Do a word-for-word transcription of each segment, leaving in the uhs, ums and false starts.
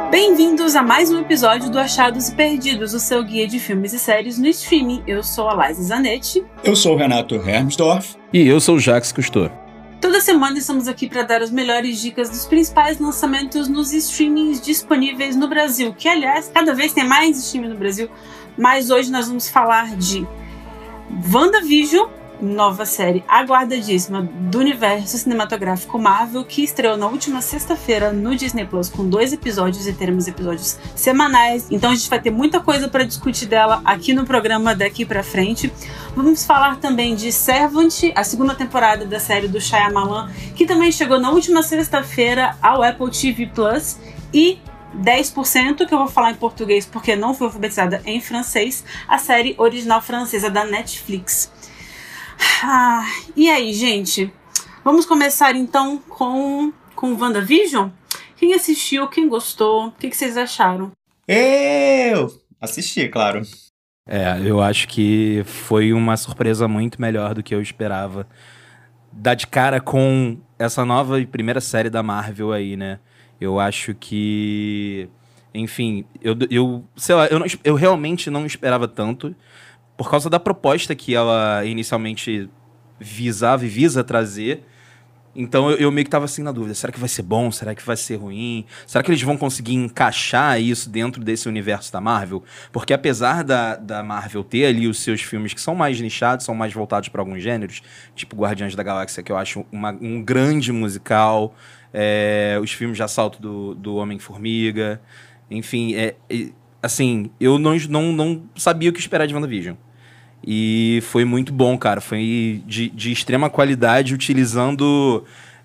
Bem-vindos a mais um episódio do Achados e Perdidos, o seu guia de filmes e séries no streaming. Eu sou a Laís Zanetti. Eu sou o Renato Hermsdorf. E eu sou o Jacques Cousteau. Toda semana estamos aqui para dar as melhores dicas dos principais lançamentos nos streamings disponíveis no Brasil, que, aliás, cada vez tem mais streaming no Brasil, mas hoje nós vamos falar de WandaVision, nova série aguardadíssima do universo cinematográfico Marvel, que estreou na última sexta-feira no Disney Plus com dois episódios e teremos episódios semanais. Então a gente vai ter muita coisa para discutir dela aqui no programa daqui para frente. Vamos falar também de Servant, a segunda temporada da série do Shyamalan, que também chegou na última sexta-feira ao Apple T V Plus, e dez por cento, que eu vou falar em português porque não fui alfabetizada em francês, a série original francesa da Netflix. Ah, e aí, gente? Vamos começar então com, com WandaVision? Quem assistiu, quem gostou, o que, que vocês acharam? Eu assisti, claro. É, eu acho que foi uma surpresa muito melhor do que eu esperava. Dar de cara com essa nova e primeira série da Marvel aí, né? Eu acho que... Enfim, eu, eu sei lá, eu, não, eu realmente não esperava tanto, por causa da proposta que ela inicialmente visava e visa trazer. Então eu, eu meio que tava assim na dúvida, será que vai ser bom? Será que vai ser ruim? Será que eles vão conseguir encaixar isso dentro desse universo da Marvel? Porque apesar da, da Marvel ter ali os seus filmes que são mais nichados, são mais voltados para alguns gêneros, tipo Guardiões da Galáxia, que eu acho uma, um grande musical, é, os filmes de assalto do, do Homem-Formiga, enfim, é, é, assim, eu não, não, não sabia o que esperar de WandaVision. E foi muito bom, cara. Foi de, de extrema qualidade, utilizando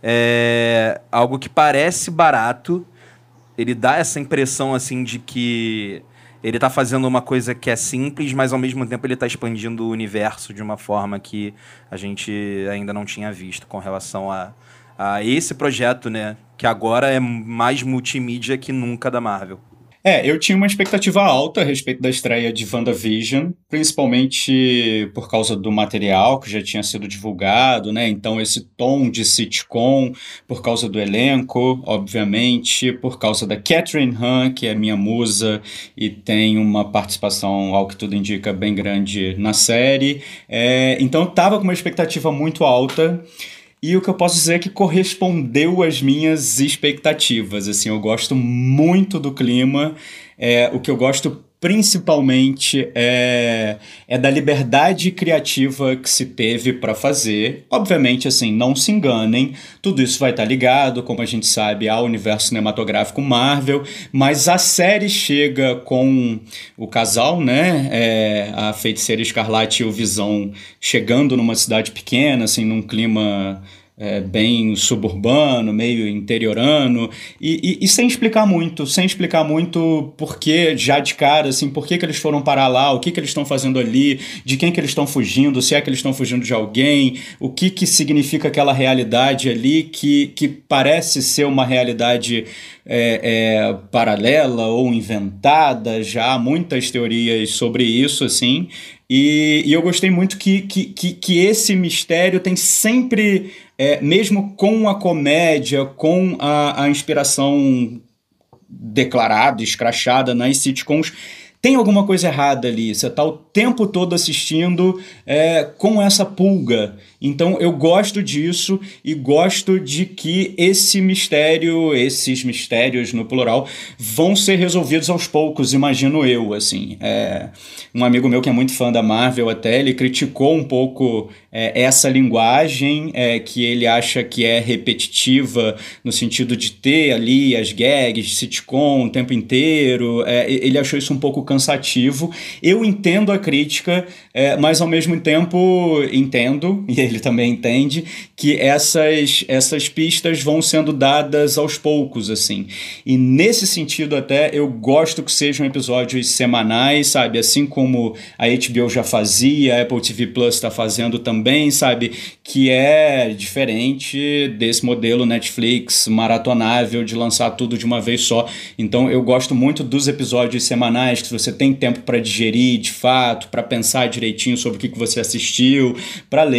é, algo que parece barato. Ele dá essa impressão, assim, de que ele tá fazendo uma coisa que é simples, mas ao mesmo tempo ele tá expandindo o universo de uma forma que a gente ainda não tinha visto com relação a, a esse projeto, né? Que agora é mais multimídia que nunca da Marvel. É, eu tinha uma expectativa alta a respeito da estreia de WandaVision, principalmente por causa do material que já tinha sido divulgado, né? Então esse tom de sitcom, por causa do elenco, obviamente, por causa da Catherine Hahn, que é minha musa e tem uma participação, ao que tudo indica, bem grande na série. É, então eu tava com uma expectativa muito alta. E o que eu posso dizer é que correspondeu às minhas expectativas. Assim, eu gosto muito do clima. É, o que eu gosto principalmente é, é da liberdade criativa que se teve para fazer. Obviamente, assim, não se enganem, tudo isso vai estar ligado, como a gente sabe, ao universo cinematográfico Marvel, mas a série chega com o casal, né, é, a Feiticeira Escarlate e o Visão chegando numa cidade pequena, assim, num clima... É, bem suburbano, meio interiorano, e, e, e sem explicar muito, sem explicar muito porque, já de cara, assim, por que que eles foram parar lá, o que que eles estão fazendo ali, de quem que eles estão fugindo, se é que eles estão fugindo de alguém, o que que significa aquela realidade ali que, que parece ser uma realidade é, é, paralela ou inventada. Já há muitas teorias sobre isso, assim, e, e eu gostei muito que, que, que, que esse mistério tem sempre... É, mesmo com a comédia, com a, a inspiração declarada, escrachada nas sitcoms, tem alguma coisa errada ali. Você está o tempo todo assistindo é, com essa pulga. Então eu gosto disso e gosto de que esse mistério, esses mistérios no plural, vão ser resolvidos aos poucos, imagino eu. Assim. É, um amigo meu que é muito fã da Marvel até, ele criticou um pouco é, essa linguagem é, que ele acha que é repetitiva, no sentido de ter ali as gags, sitcom o tempo inteiro. É, ele achou isso um pouco cansativo. Eu entendo a crítica, é, mas ao mesmo tempo entendo, e ele também entende, que essas, essas pistas vão sendo dadas aos poucos, assim. E nesse sentido até, eu gosto que sejam episódios semanais, sabe? Assim como a H B O já fazia, a Apple T V Plus está fazendo também, sabe? Que é diferente desse modelo Netflix maratonável de lançar tudo de uma vez só. Então eu gosto muito dos episódios semanais, que você tem tempo para digerir de fato, para pensar direitinho sobre o que, que você assistiu, para ler, se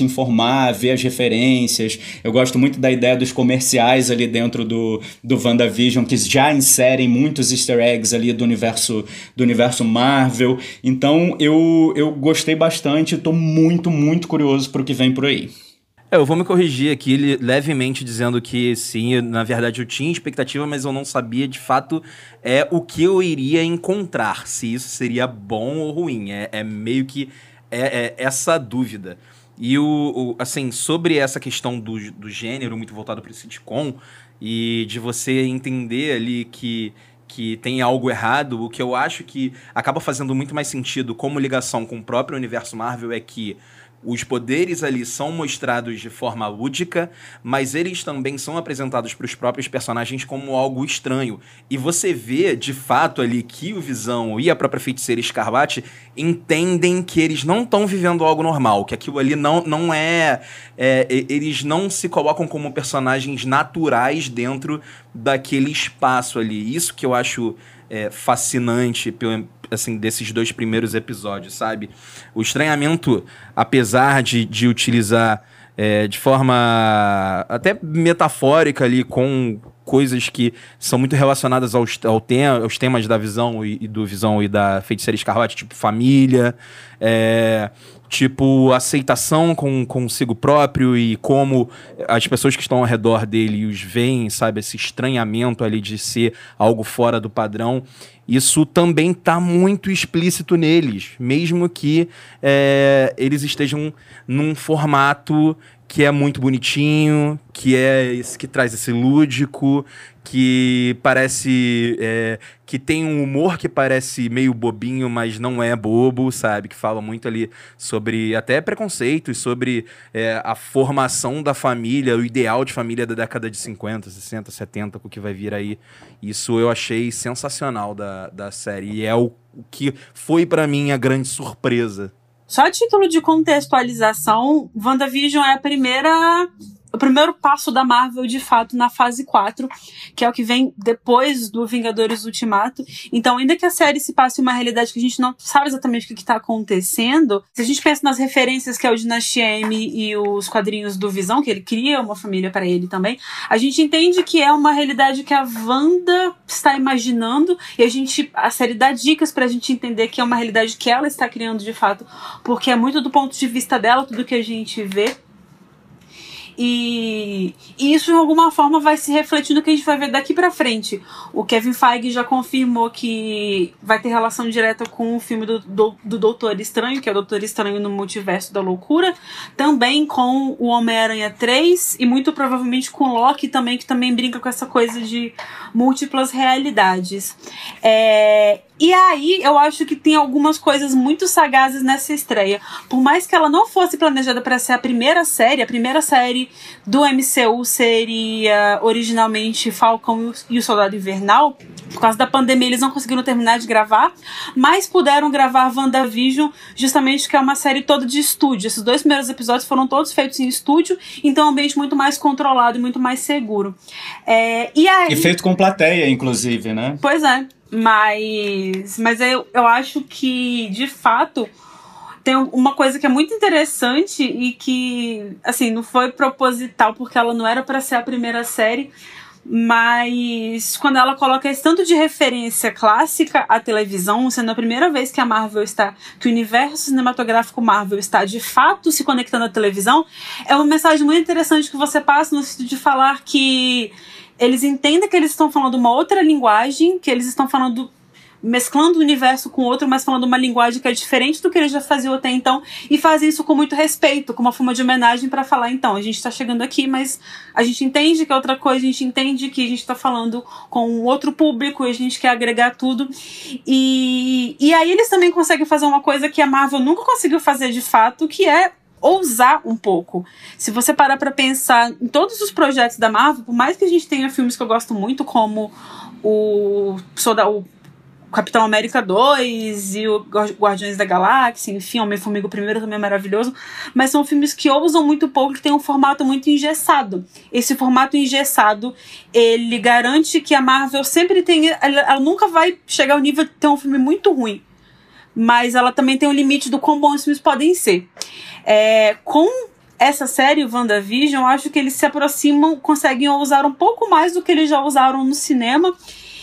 informar, ver as referências. Eu gosto muito da ideia dos comerciais ali dentro do, do WandaVision, que já inserem muitos easter eggs ali do universo, do universo Marvel. Então eu, eu gostei bastante, estou muito, muito curioso para o que vem por aí. É, eu vou me corrigir aqui levemente dizendo que sim, na verdade eu tinha expectativa, mas eu não sabia de fato é, o que eu iria encontrar, se isso seria bom ou ruim. É, é meio que é, é essa dúvida. E o, o, assim, sobre essa questão do, do gênero muito voltado para o sitcom e de você entender ali que, que tem algo errado, o que eu acho que acaba fazendo muito mais sentido como ligação com o próprio universo Marvel é que os poderes ali são mostrados de forma lúdica, mas eles também são apresentados para os próprios personagens como algo estranho. E você vê, de fato, ali que o Visão e a própria Feiticeira Escarlate entendem que eles não estão vivendo algo normal, que aquilo ali não, não é, é... Eles não se colocam como personagens naturais dentro daquele espaço ali. Isso que eu acho é, fascinante, assim, desses dois primeiros episódios, sabe? O estranhamento, apesar de, de utilizar é, de forma até metafórica ali com coisas que são muito relacionadas aos, ao te aos temas da Visão e, e do Visão e da Feiticeira Escarlate, tipo família, é, tipo aceitação com consigo próprio e como as pessoas que estão ao redor dele os veem, sabe? Esse estranhamento ali de ser algo fora do padrão. Isso também está muito explícito neles, mesmo que é, eles estejam num formato que é muito bonitinho, que é esse que traz esse lúdico, que parece... É, que tem um humor que parece meio bobinho, mas não é bobo, sabe? Que fala muito ali sobre até preconceitos, sobre é, a formação da família, o ideal de família da década de cinquenta, sessenta, setenta, com o que vai vir aí. Isso eu achei sensacional da, da série. E é o, o que foi pra mim a grande surpresa. Só a título de contextualização, WandaVision é a primeira, o primeiro passo da Marvel, de fato, na fase quatro, que é o que vem depois do Vingadores Ultimato. Então, ainda que a série se passe em uma realidade que a gente não sabe exatamente o que está acontecendo, se a gente pensa nas referências que é o Dinastia M e os quadrinhos do Visão, que ele cria uma família para ele também, a gente entende que é uma realidade que a Wanda está imaginando, e a gente, a série dá dicas pra gente entender que é uma realidade que ela está criando de fato, porque é muito do ponto de vista dela, tudo que a gente vê. E, e isso, de alguma forma, vai se refletir no que a gente vai ver daqui pra frente. O Kevin Feige já confirmou que vai ter relação direta com o filme do, do, do Doutor Estranho, que é o Doutor Estranho no Multiverso da Loucura. Também com o Homem-Aranha três e muito provavelmente com o Loki também, que também brinca com essa coisa de múltiplas realidades. É... E aí, eu acho que tem algumas coisas muito sagazes nessa estreia. Por mais que ela não fosse planejada para ser a primeira série, a primeira série do M C U seria originalmente Falcão e o Soldado Invernal. Por causa da pandemia, eles não conseguiram terminar de gravar, mas puderam gravar WandaVision, justamente que é uma série toda de estúdio. Esses dois primeiros episódios foram todos feitos em estúdio, então é um ambiente muito mais controlado e muito mais seguro. É, e, aí... e feito com plateia, inclusive, né? Pois é. Mas, mas eu, eu acho que, de fato, tem uma coisa que é muito interessante e que, assim, não foi proposital, porque ela não era para ser a primeira série, mas quando ela coloca esse tanto de referência clássica à televisão, sendo a primeira vez que a Marvel está, que o universo cinematográfico Marvel está de fato se conectando à televisão, é uma mensagem muito interessante que você passa no sentido de falar que eles entendem que eles estão falando uma outra linguagem, que eles estão falando, mesclando o universo com outro, mas falando uma linguagem que é diferente do que eles já faziam até então, e fazem isso com muito respeito, com uma forma de homenagem para falar, então, a gente está chegando aqui, mas a gente entende que é outra coisa, a gente entende que a gente está falando com outro público, e a gente quer agregar tudo. E, e aí eles também conseguem fazer uma coisa que a Marvel nunca conseguiu fazer de fato, que é ousar um pouco. Se você parar pra pensar em todos os projetos da Marvel, por mais que a gente tenha filmes que eu gosto muito, como o, o Capitão América dois e o Guardiões da Galáxia, enfim, Homem-Formiga o primeiro também é maravilhoso, mas são filmes que ousam muito pouco, que tem um formato muito engessado. Esse formato engessado, ele garante que a Marvel sempre tem, ela, ela nunca vai chegar ao nível de ter um filme muito ruim, mas ela também tem um limite do quão bons os filmes podem ser. É, com essa série, o WandaVision, eu acho que eles se aproximam, conseguem usar um pouco mais do que eles já usaram no cinema.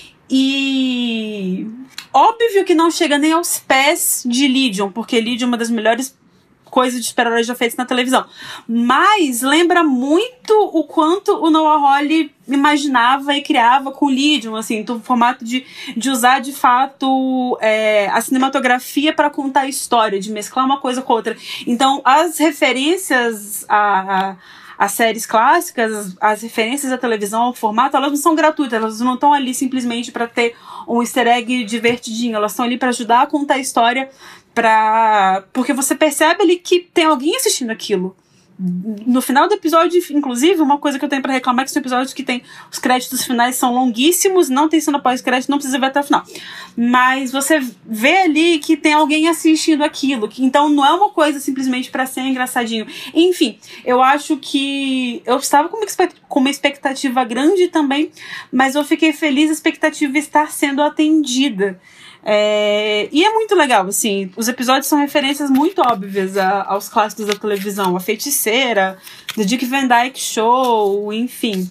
E óbvio que não chega nem aos pés de Legion, porque Legion é uma das melhores coisas de super-heróis já feitas na televisão. Mas lembra muito o quanto o Noah Hawley imaginava e criava com Legion, assim, do formato de, de usar de fato é, a cinematografia para contar a história, de mesclar uma coisa com outra. Então, as referências a, a as séries clássicas, as, as referências à televisão, ao formato, elas não são gratuitas, elas não estão ali simplesmente para ter um easter egg divertidinho, elas estão ali para ajudar a contar a história, pra... porque você percebe ali que tem alguém assistindo aquilo. No final do episódio, inclusive, uma coisa que eu tenho pra reclamar é que são episódios que tem os créditos finais são longuíssimos, não tem cena pós-crédito, não precisa ver até o final. Mas você vê ali que tem alguém assistindo aquilo, que, então não é uma coisa simplesmente pra ser engraçadinho. Enfim, eu acho que eu estava com uma, com uma expectativa grande também, mas eu fiquei feliz a expectativa estar sendo atendida. É, e é muito legal, assim, os episódios são referências muito óbvias a, aos clássicos da televisão, A Feiticeira, The Dick Van Dyke Show, enfim.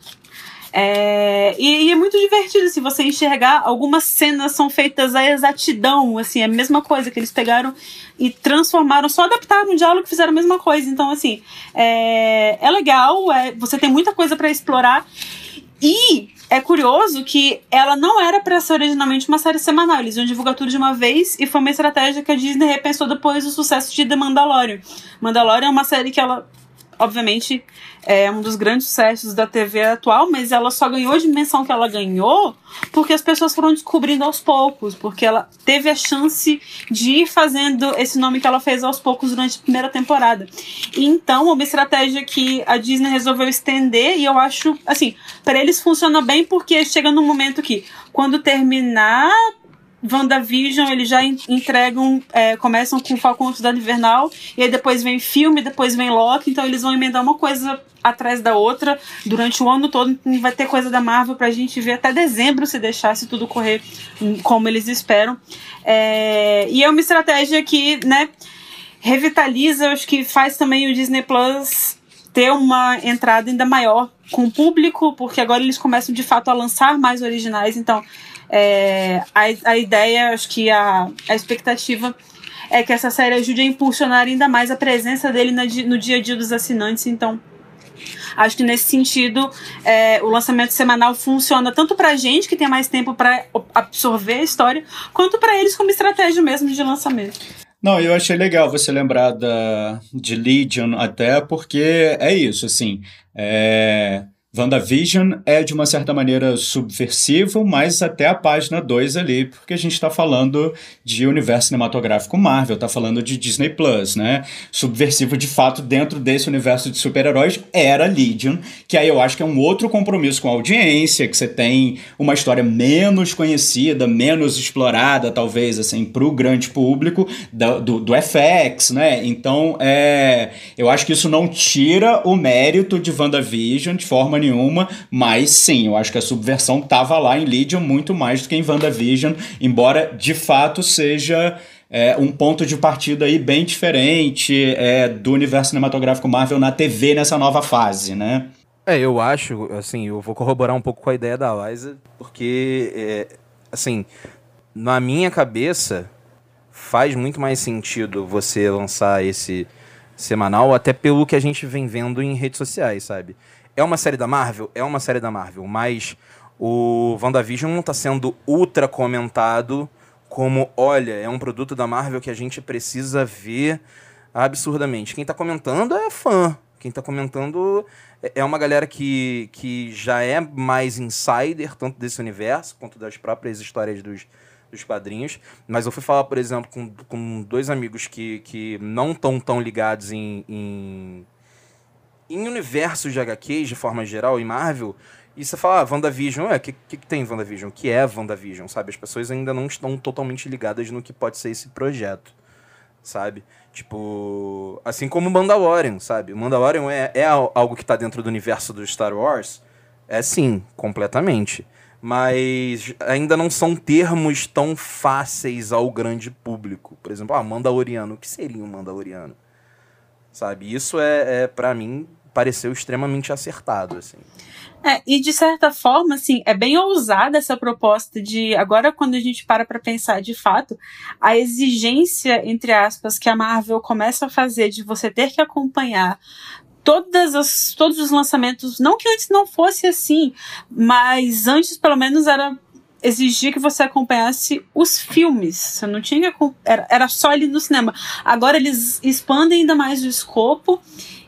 É, e, e é muito divertido, assim, você enxergar, algumas cenas são feitas à exatidão, assim, é a mesma coisa que eles pegaram e transformaram, só adaptaram o diálogo e fizeram a mesma coisa, então, assim, é, é legal, é, você tem muita coisa pra explorar. E é curioso que ela não era para ser originalmente uma série semanal. Eles iam divulgar tudo de uma vez e foi uma estratégia que a Disney repensou depois do sucesso de The Mandalorian. Mandalorian é uma série que ela, obviamente, é um dos grandes sucessos da T V atual, mas ela só ganhou a dimensão que ela ganhou porque as pessoas foram descobrindo aos poucos, porque ela teve a chance de ir fazendo esse nome que ela fez aos poucos durante a primeira temporada. E então, uma estratégia que a Disney resolveu estender, e eu acho, assim, para eles funciona bem porque chega num momento que, quando terminar WandaVision, eles já entregam, é, começam com Falcão e Soldado Invernal, e aí depois vem filme, depois vem Loki, então eles vão emendar uma coisa atrás da outra durante o ano todo. Vai ter coisa da Marvel pra gente ver até dezembro, se deixar, se tudo correr como eles esperam. É, e é uma estratégia que, né, revitaliza, acho que faz também o Disney Plus ter uma entrada ainda maior com o público, porque agora eles começam de fato a lançar mais originais, então É, a, a ideia, acho que a, a expectativa é que essa série ajude a impulsionar ainda mais a presença dele na, no dia a dia dos assinantes. Então, acho que nesse sentido, é, o lançamento semanal funciona tanto pra gente, que tem mais tempo para absorver a história, quanto para eles como estratégia mesmo de lançamento. Não, eu achei legal você lembrar da, de Legion até, porque é isso, assim, é... WandaVision é, de uma certa maneira, subversivo, mas até a página dois ali, porque a gente está falando de universo cinematográfico Marvel, está falando de Disney Plus, né? Subversivo, de fato, dentro desse universo de super-heróis, era Legion, que aí eu acho que é um outro compromisso com a audiência, que você tem uma história menos conhecida, menos explorada, talvez, assim, para o grande público, do, do, do F X, né? Então, é, eu acho que isso não tira o mérito de WandaVision de forma nenhuma, mas sim, eu acho que a subversão tava lá em Legion muito mais do que em WandaVision, embora de fato seja é, um ponto de partida aí bem diferente é, do universo cinematográfico Marvel na T V nessa nova fase, né? É, eu acho, assim, eu vou corroborar um pouco com a ideia da Liza, porque, é, assim, na minha cabeça, faz muito mais sentido você lançar esse semanal, até pelo que a gente vem vendo em redes sociais, sabe? É uma série da Marvel? É uma série da Marvel, mas o WandaVision não está sendo ultra comentado como, olha, é um produto da Marvel que a gente precisa ver absurdamente. Quem está comentando é fã. Quem está comentando é uma galera que, que já é mais insider, tanto desse universo, quanto das próprias histórias dos, dos quadrinhos. Mas eu fui falar, por exemplo, com, com dois amigos que, que não estão tão ligados em... em Em universos de H Qs, de forma geral, em Marvel, e você fala, ah, WandaVision, é, o que, que, que tem WandaVision? O que é WandaVision, sabe? As pessoas ainda não estão totalmente ligadas no que pode ser esse projeto, sabe? Tipo, assim como o Mandalorian, sabe? O Mandalorian é, é algo que está dentro do universo do Star Wars? É sim, completamente. Mas ainda não são termos tão fáceis ao grande público. Por exemplo, ah, Mandaloriano. O que seria um Mandaloriano? sabe? Isso é, é para mim, pareceu extremamente acertado, assim. É, e de certa forma, assim, é bem ousada essa proposta de, agora quando a gente para pra pensar de fato, a exigência, entre aspas, que a Marvel começa a fazer de você ter que acompanhar todas as, todos os lançamentos, não que antes não fosse assim, mas antes pelo menos era exigir que você acompanhasse os filmes, você não tinha que, era, era só ali no cinema. Agora eles expandem ainda mais o escopo,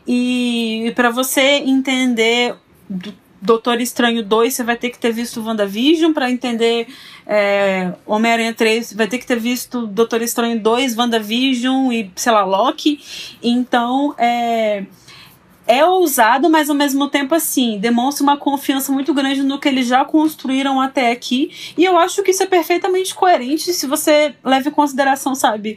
e para você entender Doutor Estranho dois, você vai ter que ter visto WandaVision. Para entender é, Homem-Aranha três, vai ter que ter visto Doutor Estranho dois, WandaVision e, sei lá, Loki. Então, é, é ousado, mas ao mesmo tempo, assim, demonstra uma confiança muito grande no que eles já construíram até aqui. E eu acho que isso é perfeitamente coerente se você leva em consideração, sabe,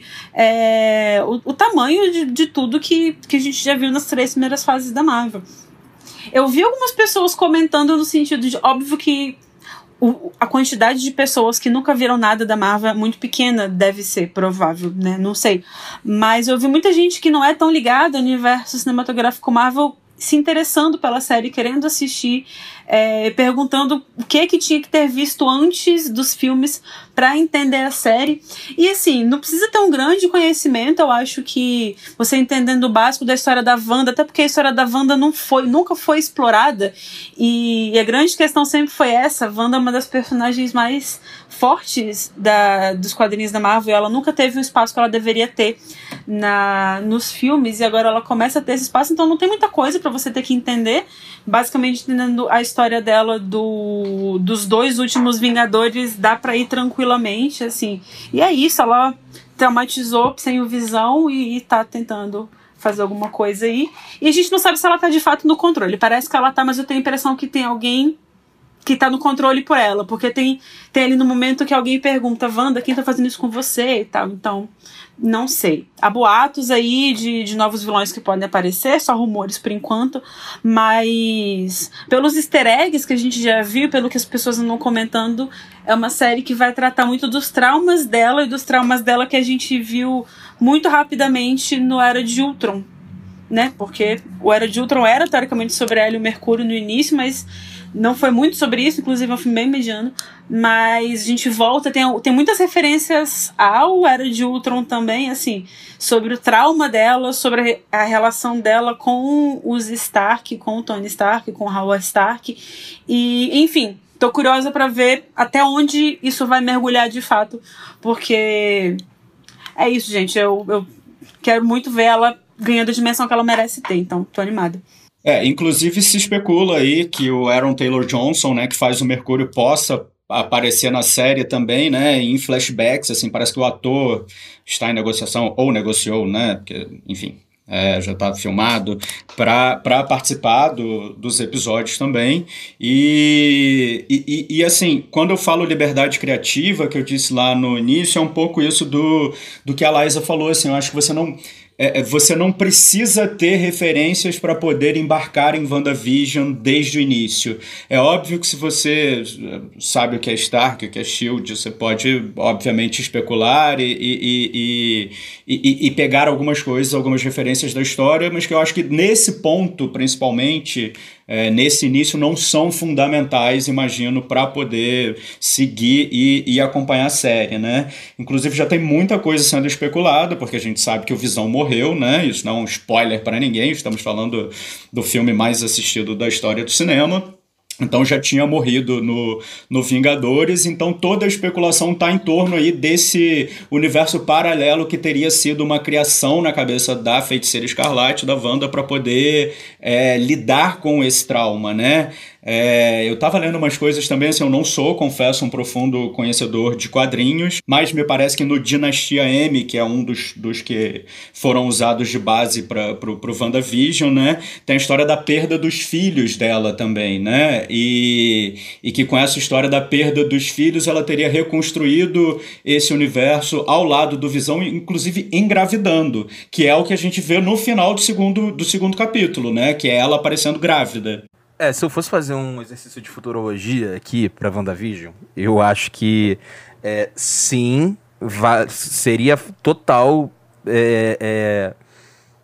é, o, o tamanho de, de tudo que, que a gente já viu nas três primeiras fases da Marvel. Eu vi algumas pessoas comentando no sentido de, óbvio que o, a quantidade de pessoas que nunca viram nada da Marvel é muito pequena, deve ser provável, né? Não sei. Mas eu vi muita gente que não é tão ligada ao universo cinematográfico Marvel se interessando pela série, querendo assistir, é, perguntando o que que tinha que ter visto antes dos filmes para entender a série. E assim, não precisa ter um grande conhecimento, eu acho que você entendendo o básico da história da Wanda, até porque a história da Wanda não foi, nunca foi explorada, e a grande questão sempre foi essa. A Wanda é uma das personagens mais fortes da, dos quadrinhos da Marvel, ela nunca teve o espaço que ela deveria ter na, nos filmes, e agora ela começa a ter esse espaço, então não tem muita coisa para você ter que entender. Basicamente, entendendo a história dela do, dos dois últimos Vingadores, dá pra ir tranquilamente, assim. E é isso, ela traumatizou sem o Visão e, e tá tentando fazer alguma coisa aí. E a gente não sabe se ela tá de fato no controle. Parece que ela tá, mas eu tenho a impressão que tem alguém que tá no controle por ela, porque tem, tem ali no momento que alguém pergunta, Wanda, quem tá fazendo isso com você e tal. Então, não sei. Há boatos aí de, de novos vilões que podem aparecer, só rumores por enquanto, mas pelos easter eggs que a gente já viu, pelo que as pessoas andam comentando, é uma série que vai tratar muito dos traumas dela e dos traumas dela que a gente viu muito rapidamente no Era de Ultron, né? Porque o Era de Ultron era teoricamente sobre ela e o Mercúrio no início, mas não foi muito sobre isso, inclusive é um filme bem mediano, mas a gente volta, tem, tem muitas referências ao Era de Ultron também, assim, sobre o trauma dela, sobre a relação dela com os Stark, com o Tony Stark, com o Howard Stark, e enfim, tô curiosa pra ver até onde isso vai mergulhar de fato, porque é isso, gente, eu, eu quero muito ver ela ganhando a dimensão que ela merece ter, então tô animada. É, inclusive se especula aí que o Aaron Taylor Johnson, né, que faz o Mercúrio, possa aparecer na série também, né, em flashbacks, assim, parece que o ator está em negociação, ou negociou, né, porque, enfim, é, já está filmado, para participar do, dos episódios também, e, e, e, assim, quando eu falo liberdade criativa, que eu disse lá no início, é um pouco isso do, do que a Liza falou, assim, eu acho que você não... É, você não precisa ter referências para poder embarcar em WandaVision desde o início. É óbvio que se você sabe o que é Stark, o que é Shield, você pode, obviamente, especular e, e, e, e, e pegar algumas coisas, algumas referências da história, mas que eu acho que nesse ponto, principalmente, é, nesse início, não são fundamentais, imagino, para poder seguir e, e acompanhar a série, né? Inclusive, já tem muita coisa sendo especulada, porque a gente sabe que o Visão morreu, né? Isso não é um spoiler para ninguém, estamos falando do filme mais assistido da história do cinema. Então já tinha morrido no, no Vingadores, então toda a especulação está em torno aí desse universo paralelo que teria sido uma criação na cabeça da Feiticeira Escarlate, da Wanda, para poder é, lidar com esse trauma, né? É, eu estava lendo umas coisas também, assim, eu não sou, confesso, um profundo conhecedor de quadrinhos, mas me parece que no Dinastia M, que é um dos, dos que foram usados de base para pro, pro WandaVision, né, tem a história da perda dos filhos dela também, né, e, e que com essa história da perda dos filhos ela teria reconstruído esse universo ao lado do Visão, inclusive engravidando, que é o que a gente vê no final do segundo, do segundo capítulo, né, que é ela aparecendo grávida. É, se eu fosse fazer um exercício de futurologia aqui pra WandaVision, eu acho que é, sim, va- seria total é, é,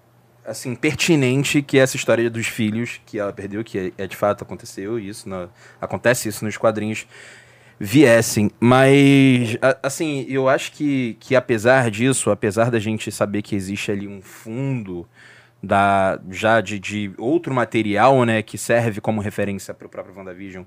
assim, pertinente que essa história dos filhos que ela perdeu, que é, é de fato aconteceu isso, no, acontece isso nos quadrinhos, viessem. Mas, a, assim, eu acho que, que apesar disso, apesar da gente saber que existe ali um fundo da, já de, de outro material, né, que serve como referência para o próprio WandaVision,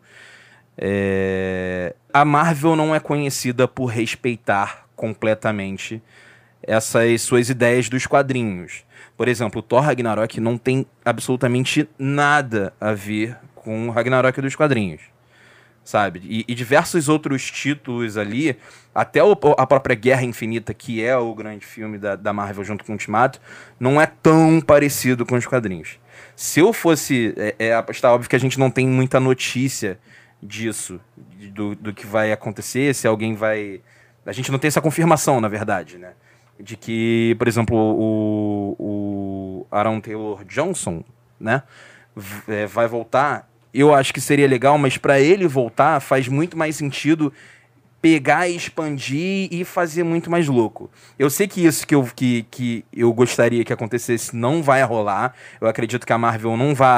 é, a Marvel não é conhecida por respeitar completamente essas suas ideias dos quadrinhos. Por exemplo, o Thor Ragnarok não tem absolutamente nada a ver com o Ragnarok dos quadrinhos, sabe? E, e diversos outros títulos ali, até o, a própria Guerra Infinita, que é o grande filme da, da Marvel junto com o Ultimato, não é tão parecido com os quadrinhos. Se eu fosse... É, é, está óbvio que a gente não tem muita notícia disso, do, do que vai acontecer, se alguém vai... A gente não tem essa confirmação, na verdade, né? De que, por exemplo, o, o Aaron Taylor Johnson, né, v- vai voltar. Eu acho que seria legal, mas para ele voltar faz muito mais sentido pegar e expandir e fazer muito mais louco. Eu sei que isso que eu, que, que eu gostaria que acontecesse não vai rolar. Eu acredito que a Marvel não vai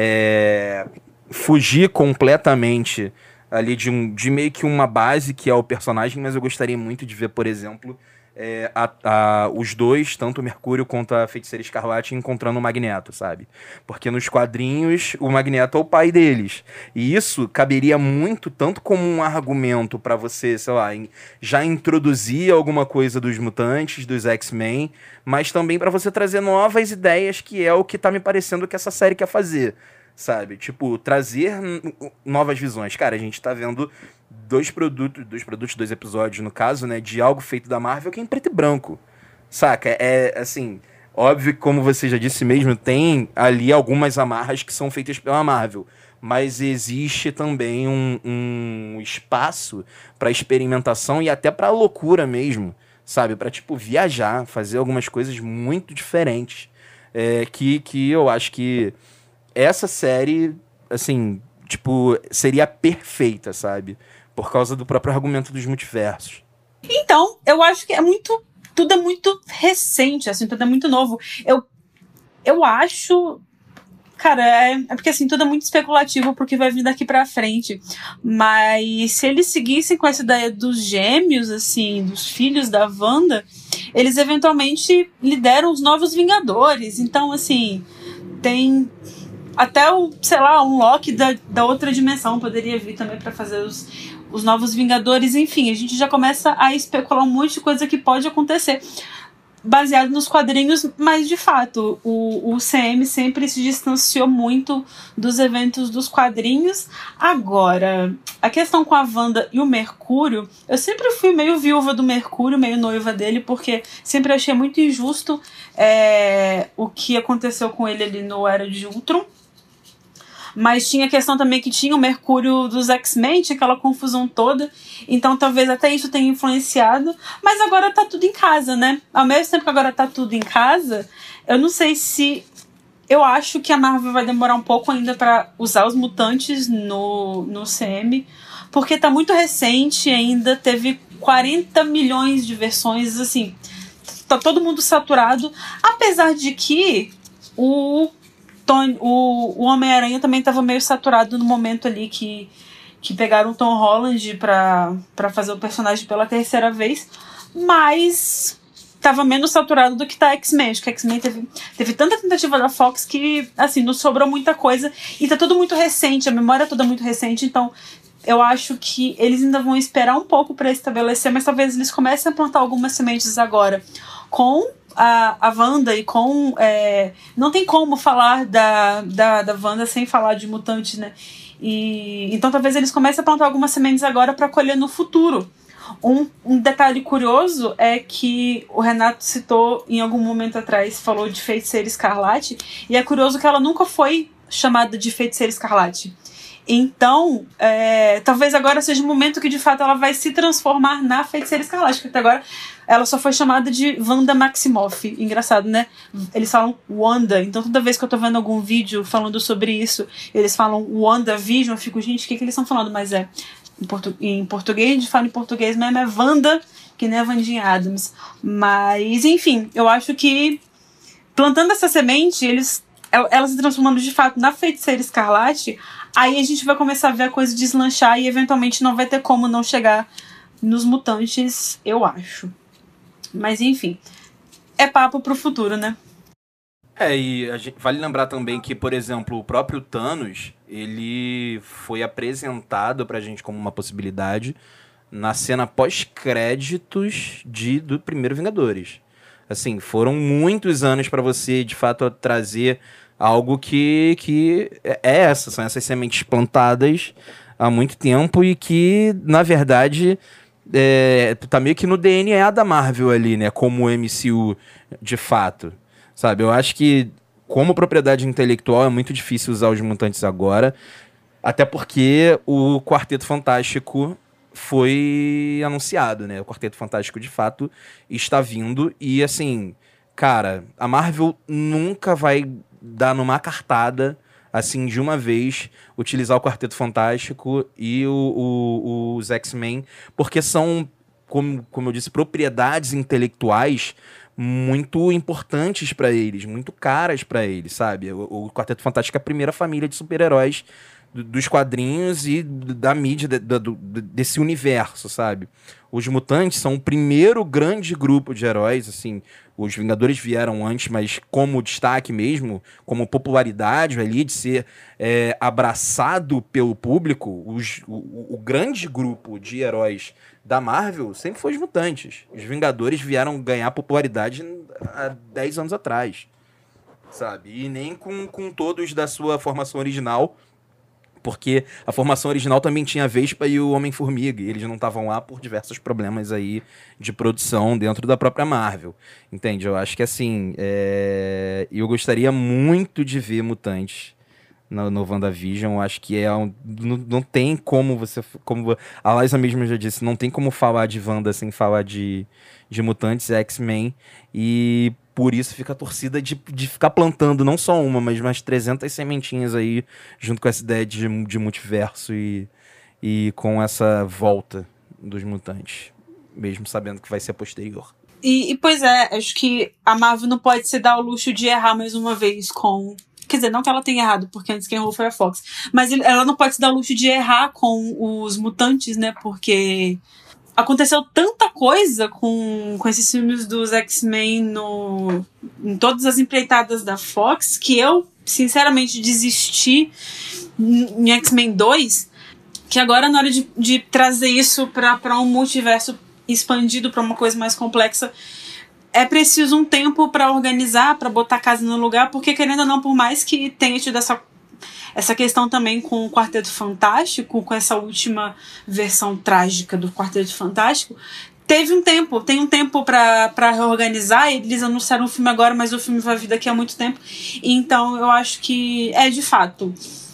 é, fugir completamente ali de, um, de meio que uma base que é o personagem, mas eu gostaria muito de ver, por exemplo... É, a, a, os dois, tanto o Mercúrio quanto a Feiticeira Escarlate, encontrando o Magneto, sabe? Porque nos quadrinhos, o Magneto é o pai deles. E isso caberia muito, tanto como um argumento pra você, sei lá, em, já introduzir alguma coisa dos mutantes, dos X-Men, mas também pra você trazer novas ideias, que é o que tá me parecendo que essa série quer fazer, sabe? Tipo, trazer novas visões. Cara, a gente tá vendo dois produtos, dois produtos, dois episódios, no caso, né, de algo feito da Marvel que é em preto e branco, saca? É, assim, óbvio que, como você já disse mesmo, tem ali algumas amarras que são feitas pela Marvel, mas existe também um, um espaço pra experimentação e até pra loucura mesmo, sabe? Pra, tipo, viajar, fazer algumas coisas muito diferentes, é, que, que eu acho que essa série, assim, tipo, seria perfeita, sabe? Por causa do próprio argumento dos multiversos. Então, eu acho que é muito... Tudo é muito recente, assim, tudo é muito novo. Eu, eu acho... Cara, é, é porque, assim, tudo é muito especulativo porque vai vir daqui pra frente. Mas se eles seguissem com essa ideia dos gêmeos, assim, dos filhos da Wanda, eles eventualmente lideram os novos Vingadores. Então, assim, tem... Até o, sei lá, um Loki da, da outra dimensão poderia vir também pra fazer os, os novos Vingadores. Enfim, a gente já começa a especular um monte de coisa que pode acontecer baseado nos quadrinhos, mas de fato o, o C M sempre se distanciou muito dos eventos dos quadrinhos. Agora, a questão com a Wanda e o Mercúrio, eu sempre fui meio viúva do Mercúrio, meio noiva dele, porque sempre achei muito injusto é, o que aconteceu com ele ali no Era de Ultron. Mas tinha a questão também que tinha o Mercúrio dos X-Men, tinha aquela confusão toda. Então talvez até isso tenha influenciado. Mas agora tá tudo em casa, né? Ao mesmo tempo que agora tá tudo em casa, eu não sei se... Eu acho que a Marvel vai demorar um pouco ainda pra usar os mutantes no, no C M. Porque tá muito recente ainda. Teve quarenta milhões de versões, assim... Tá todo mundo saturado. Apesar de que o... Tom, o, o Homem-Aranha também estava meio saturado no momento ali que, que pegaram o Tom Holland pra, pra fazer o personagem pela terceira vez, mas estava menos saturado do que tá X-Men. Acho que X-Men teve, teve tanta tentativa da Fox que, assim, não sobrou muita coisa e tá tudo muito recente, a memória é toda muito recente, então eu acho que eles ainda vão esperar um pouco para estabelecer, mas talvez eles comecem a plantar algumas sementes agora com A, a Wanda e com... É, não tem como falar da, da, da Wanda sem falar de mutante, né? E, então talvez eles comecem a plantar algumas sementes agora para colher no futuro. Um, um detalhe curioso é que o Renato citou em algum momento atrás, falou de Feiticeira Escarlate, e é curioso que ela nunca foi chamada de Feiticeira Escarlate. Então, é, talvez agora seja o momento que de fato ela vai se transformar na Feiticeira Escarlate, porque até agora ela só foi chamada de Wanda Maximoff. Engraçado, né? Eles falam Wanda, então toda vez que eu tô vendo algum vídeo falando sobre isso, eles falam WandaVision, eu fico, gente, o que, que eles estão falando? Mas é, em, portu- em português, a gente fala em português mesmo, é Wanda, que nem a Wandinha Adams. Mas, enfim, eu acho que plantando essa semente, eles, ela se transformando de fato na Feiticeira Escarlate, aí a gente vai começar a ver a coisa deslanchar e eventualmente não vai ter como não chegar nos mutantes, eu acho. Mas enfim, é papo pro futuro, né? É, e a gente, vale lembrar também que, por exemplo, o próprio Thanos, ele foi apresentado pra gente como uma possibilidade na cena pós-créditos de, do primeiro Vingadores. Assim, foram muitos anos pra você, de fato, trazer algo que, que é essa, são essas sementes plantadas há muito tempo e que, na verdade, é, tá meio que no D N A da Marvel ali, né, como o M C U, de fato. Sabe, eu acho que como propriedade intelectual é muito difícil usar os mutantes agora, até porque o Quarteto Fantástico foi anunciado, né? O Quarteto Fantástico, de fato, está vindo e, assim, cara, a Marvel nunca vai dar numa cartada, assim, de uma vez, utilizar o Quarteto Fantástico e o, o, os X-Men, porque são, como, como eu disse, propriedades intelectuais muito importantes pra eles, muito caras pra eles, sabe? O, o Quarteto Fantástico é a primeira família de super-heróis do, dos quadrinhos e da mídia de, de, de, desse universo, sabe? Os mutantes são o primeiro grande grupo de heróis, assim, os Vingadores vieram antes, mas como destaque mesmo, como popularidade ali, de ser é, abraçado pelo público, os, o, o grande grupo de heróis da Marvel sempre foi os mutantes. Os Vingadores vieram ganhar popularidade há dez anos atrás, sabe? E nem com, com todos da sua formação original, porque a formação original também tinha a Vespa e o Homem-Formiga, e eles não estavam lá por diversos problemas aí de produção dentro da própria Marvel, entende? Eu acho que, assim, é... eu gostaria muito de ver mutantes no, no WandaVision. Eu acho que é um... não, não tem como você, como a Liza mesmo já disse, não tem como falar de Wanda sem falar de, de mutantes, X-Men, e por isso fica a torcida de, de ficar plantando não só uma, mas mais trezentas sementinhas aí, junto com essa ideia de, de multiverso e, e com essa volta dos mutantes, mesmo sabendo que vai ser posterior. E, e pois é, acho que a Marvel não pode se dar o luxo de errar mais uma vez com... Quer dizer, não que ela tenha errado, porque antes quem errou foi a Fox, mas ela não pode se dar o luxo de errar com os mutantes, né, porque aconteceu tanta coisa com, com esses filmes dos X-Men no, em todas as empreitadas da Fox, que eu, sinceramente, desisti em X-Men dois, que agora, na hora de, de trazer isso para um multiverso expandido, para uma coisa mais complexa, é preciso um tempo para organizar, para botar a casa no lugar, porque, querendo ou não, por mais que tenha tido essa Essa questão também com o Quarteto Fantástico, com essa última versão trágica do Quarteto Fantástico, teve um tempo, tem um tempo pra, pra reorganizar. Eles anunciaram o filme agora, mas o filme vai vir daqui a muito tempo. Então eu acho que é, de fato,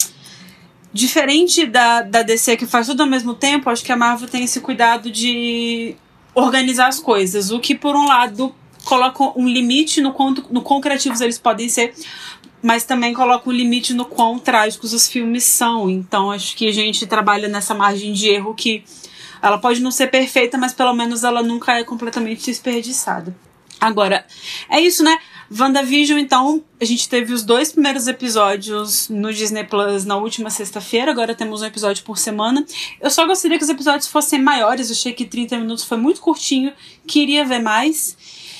diferente da, da D C, que faz tudo ao mesmo tempo, acho que a Marvel tem esse cuidado de organizar as coisas, o que, por um lado, coloca um limite no quanto, no quão criativos eles podem ser, mas também coloca um limite no quão trágicos os filmes são. Então acho que a gente trabalha nessa margem de erro que ela pode não ser perfeita, mas pelo menos ela nunca é completamente desperdiçada. Agora, é isso, né? WandaVision, então, a gente teve os dois primeiros episódios no Disney Plus na última sexta-feira, agora temos um episódio por semana. Eu só gostaria que os episódios fossem maiores, eu achei que trinta minutos foi muito curtinho, queria ver mais.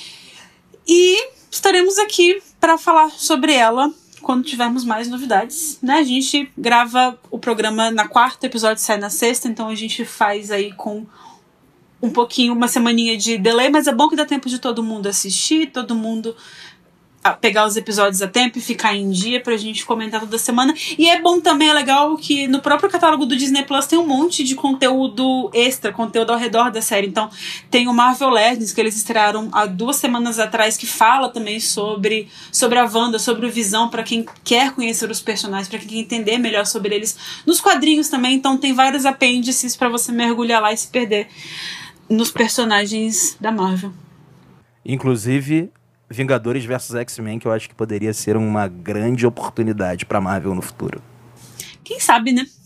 E estaremos aqui para falar sobre ela quando tivermos mais novidades, né? A gente grava o programa na quarta, o episódio sai na sexta, então a gente faz aí com um pouquinho, uma semaninha de delay, mas é bom que dá tempo de todo mundo assistir, todo mundo pegar os episódios a tempo e ficar em dia pra gente comentar toda semana. E é bom também, é legal que no próprio catálogo do Disney Plus tem um monte de conteúdo extra, conteúdo ao redor da série. Então tem o Marvel Legends, que eles estrearam há duas semanas atrás, que fala também sobre, sobre a Wanda, sobre o Visão, pra quem quer conhecer os personagens, pra quem quer entender melhor sobre eles. Nos quadrinhos também, então tem vários apêndices pra você mergulhar lá e se perder nos personagens da Marvel. Inclusive Vingadores versus X-Men, que eu acho que poderia ser uma grande oportunidade pra Marvel no futuro. Quem sabe, né?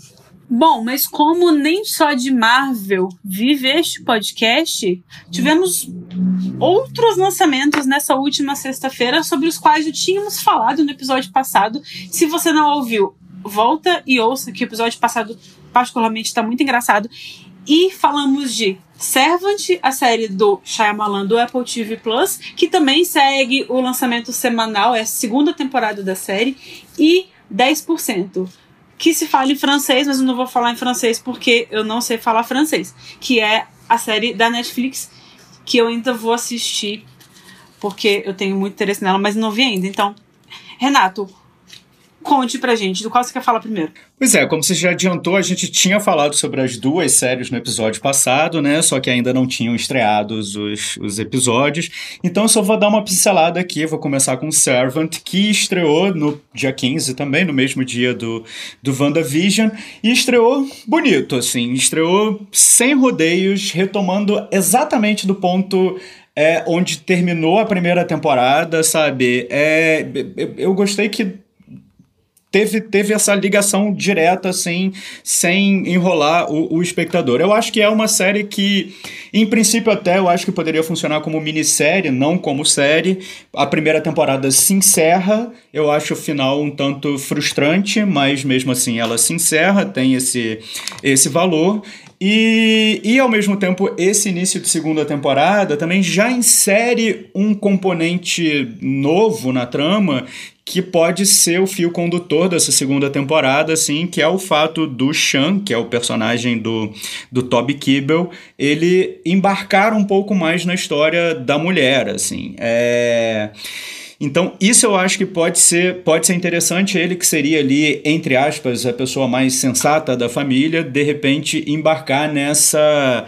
Bom, mas como nem só de Marvel vive este podcast, tivemos outros lançamentos nessa última sexta-feira sobre os quais já tínhamos falado no episódio passado. Se você não ouviu, volta e ouça, que o episódio passado particularmente está muito engraçado. E falamos de Servant, a série do Shyamalan do Apple T V Plus, que também segue o lançamento semanal, é a segunda temporada da série, e dez por cento. Que se fala em francês, mas eu não vou falar em francês porque eu não sei falar francês. Que é a série da Netflix, que eu ainda vou assistir, porque eu tenho muito interesse nela, mas não vi ainda. Então, Renato, conte pra gente, do qual você quer falar primeiro? Pois é, como você já adiantou, a gente tinha falado sobre as duas séries no episódio passado, né? Só que ainda não tinham estreado os, os episódios. Então eu só vou dar uma pincelada aqui, vou começar com Servant, que estreou no dia quinze também, no mesmo dia do, do WandaVision, e estreou bonito, assim, estreou sem rodeios, retomando exatamente do ponto... É, onde terminou a primeira temporada, sabe? É, eu, eu gostei que Teve, teve essa ligação direta, assim, sem enrolar o, o espectador. Eu acho que é uma série que, em princípio até, eu acho que poderia funcionar como minissérie, não como série. A primeira temporada se encerra, eu acho o final um tanto frustrante, mas mesmo assim ela se encerra, tem esse, esse valor. E, e, ao mesmo tempo, esse início de segunda temporada também já insere um componente novo na trama que pode ser o fio condutor dessa segunda temporada, assim, que é o fato do Sean, que é o personagem do, do Toby Kebbell, ele embarcar um pouco mais na história da mulher, assim. É... Então, isso eu acho que pode ser, pode ser interessante. Ele que seria ali, entre aspas, a pessoa mais sensata da família, de repente embarcar nessa...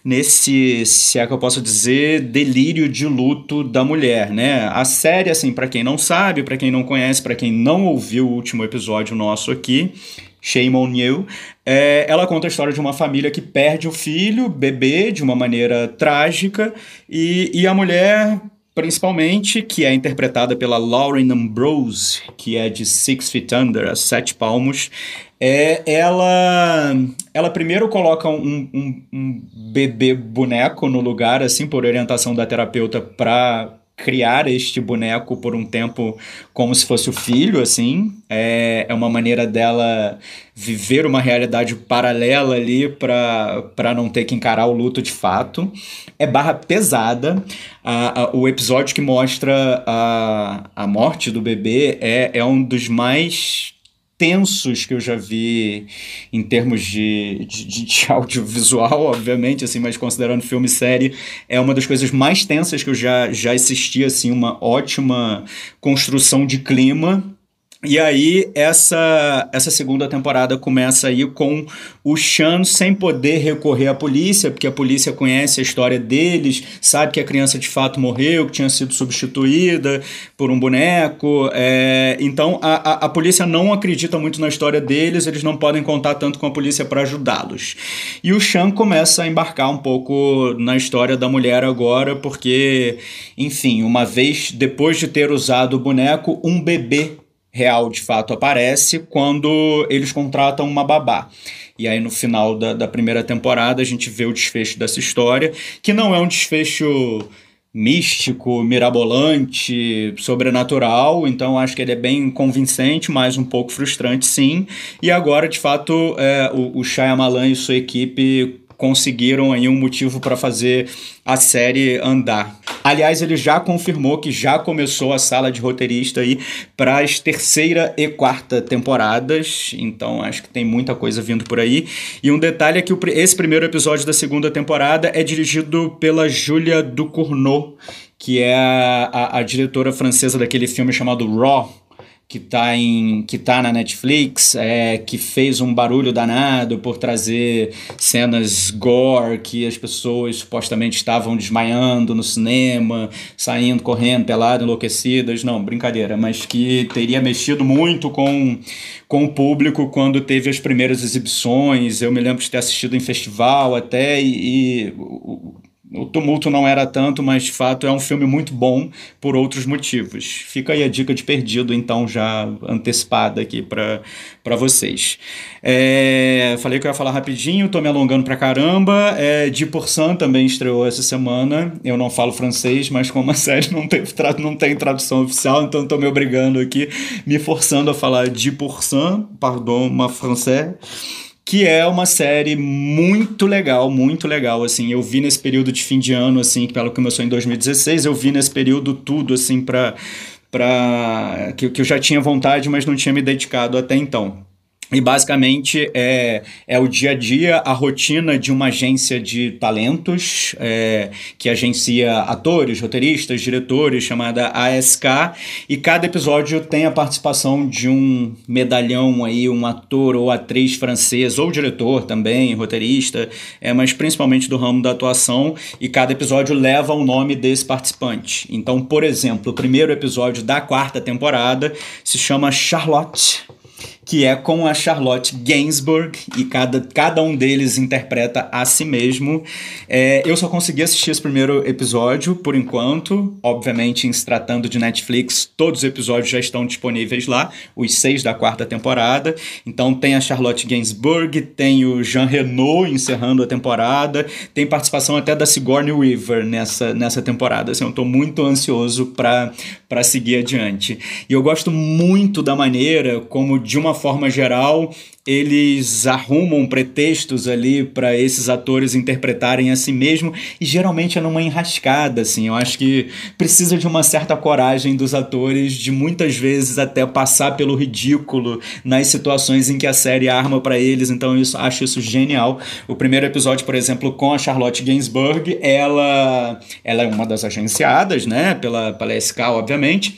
nesse, se é que eu posso dizer, delírio de luto da mulher, né? A série, assim, para quem não sabe, para quem não conhece, para quem não ouviu o último episódio nosso aqui, Shame on You, é, ela conta a história de uma família que perde o filho, bebê, de uma maneira trágica, e, e a mulher... principalmente, que é interpretada pela Lauren Ambrose, que é de Six Feet Under, a Sete Palmos, é, ela, ela primeiro coloca um, um, um bebê boneco no lugar, assim, por orientação da terapeuta, para criar este boneco por um tempo como se fosse o filho, assim. É, é uma maneira dela viver uma realidade paralela ali para não ter que encarar o luto de fato. É barra pesada. A, a, o episódio que mostra a, a morte do bebê é, é um dos mais tensos que eu já vi em termos de, de, de audiovisual, obviamente, assim, mas considerando filme e série, é uma das coisas mais tensas que eu já, já assisti, assim, uma ótima construção de clima. E aí, essa, essa segunda temporada começa aí com o Sean sem poder recorrer à polícia, porque a polícia conhece a história deles, sabe que a criança de fato morreu, que tinha sido substituída por um boneco. É, então, a, a, a polícia não acredita muito na história deles, eles não podem contar tanto com a polícia para ajudá-los. E o Sean começa a embarcar um pouco na história da mulher agora, porque, enfim, uma vez depois de ter usado o boneco, um bebê real de fato aparece quando eles contratam uma babá. E aí no final da, da primeira temporada a gente vê o desfecho dessa história, que não é um desfecho místico, mirabolante, sobrenatural, então acho que ele é bem convincente, mas um pouco frustrante sim. E agora de fato é, o, o Shyamalan e sua equipe conseguiram aí um motivo para fazer a série andar. Aliás, ele já confirmou que já começou a sala de roteirista aí para as terceira e quarta temporadas, então acho que tem muita coisa vindo por aí. E um detalhe é que o, esse primeiro episódio da segunda temporada é dirigido pela Julia Ducournau, que é a, a, a diretora francesa daquele filme chamado Raw, que tá, em, que tá na Netflix, é, que fez um barulho danado por trazer cenas gore, que as pessoas supostamente estavam desmaiando no cinema, saindo, correndo, pelado, enlouquecidas. Não, brincadeira, mas que teria mexido muito com, com o público quando teve as primeiras exibições. Eu me lembro de ter assistido em festival até, e... e o tumulto não era tanto, mas de fato é um filme muito bom por outros motivos. Fica aí a dica de Perdido, então, já antecipada aqui para vocês. É, falei que eu ia falar rapidinho, tô me alongando pra caramba. É, dix pour cent também estreou essa semana. Eu não falo francês, mas como a série não tem, não tem tradução oficial, então tô me obrigando aqui, me forçando a falar dix pour cent, pardon, ma français, que é uma série muito legal, muito legal, assim, eu vi nesse período de fim de ano, assim, que ela começou em dois mil e dezesseis, eu vi nesse período tudo, assim, pra, pra, que, que eu já tinha vontade, mas não tinha me dedicado até então. E basicamente é, é o dia a dia, a rotina de uma agência de talentos é, que agencia atores, roteiristas, diretores, chamada A S K, e cada episódio tem a participação de um medalhão aí, um ator ou atriz francês, ou diretor também, roteirista, é, mas principalmente do ramo da atuação, e cada episódio leva o nome desse participante. Então, por exemplo, o primeiro episódio da quarta temporada se chama Charlotte, que é com a Charlotte Gainsbourg, e cada, cada um deles interpreta a si mesmo. É, eu só consegui assistir esse primeiro episódio, por enquanto. Obviamente, em se tratando de Netflix, todos os episódios já estão disponíveis lá, os seis da quarta temporada. Então tem a Charlotte Gainsbourg, tem o Jean Reno encerrando a temporada, tem participação até da Sigourney Weaver nessa, nessa temporada. Assim, eu estou muito ansioso para para seguir adiante. E eu gosto muito da maneira como, de uma forma geral, eles arrumam pretextos ali para esses atores interpretarem a si mesmo, e geralmente é numa enrascada, assim. Eu acho que precisa de uma certa coragem dos atores de muitas vezes até passar pelo ridículo nas situações em que a série arma para eles, então eu acho isso genial. O primeiro episódio, por exemplo, com a Charlotte Gainsbourg, ela, ela é uma das agenciadas, né, pela, pela S K, obviamente,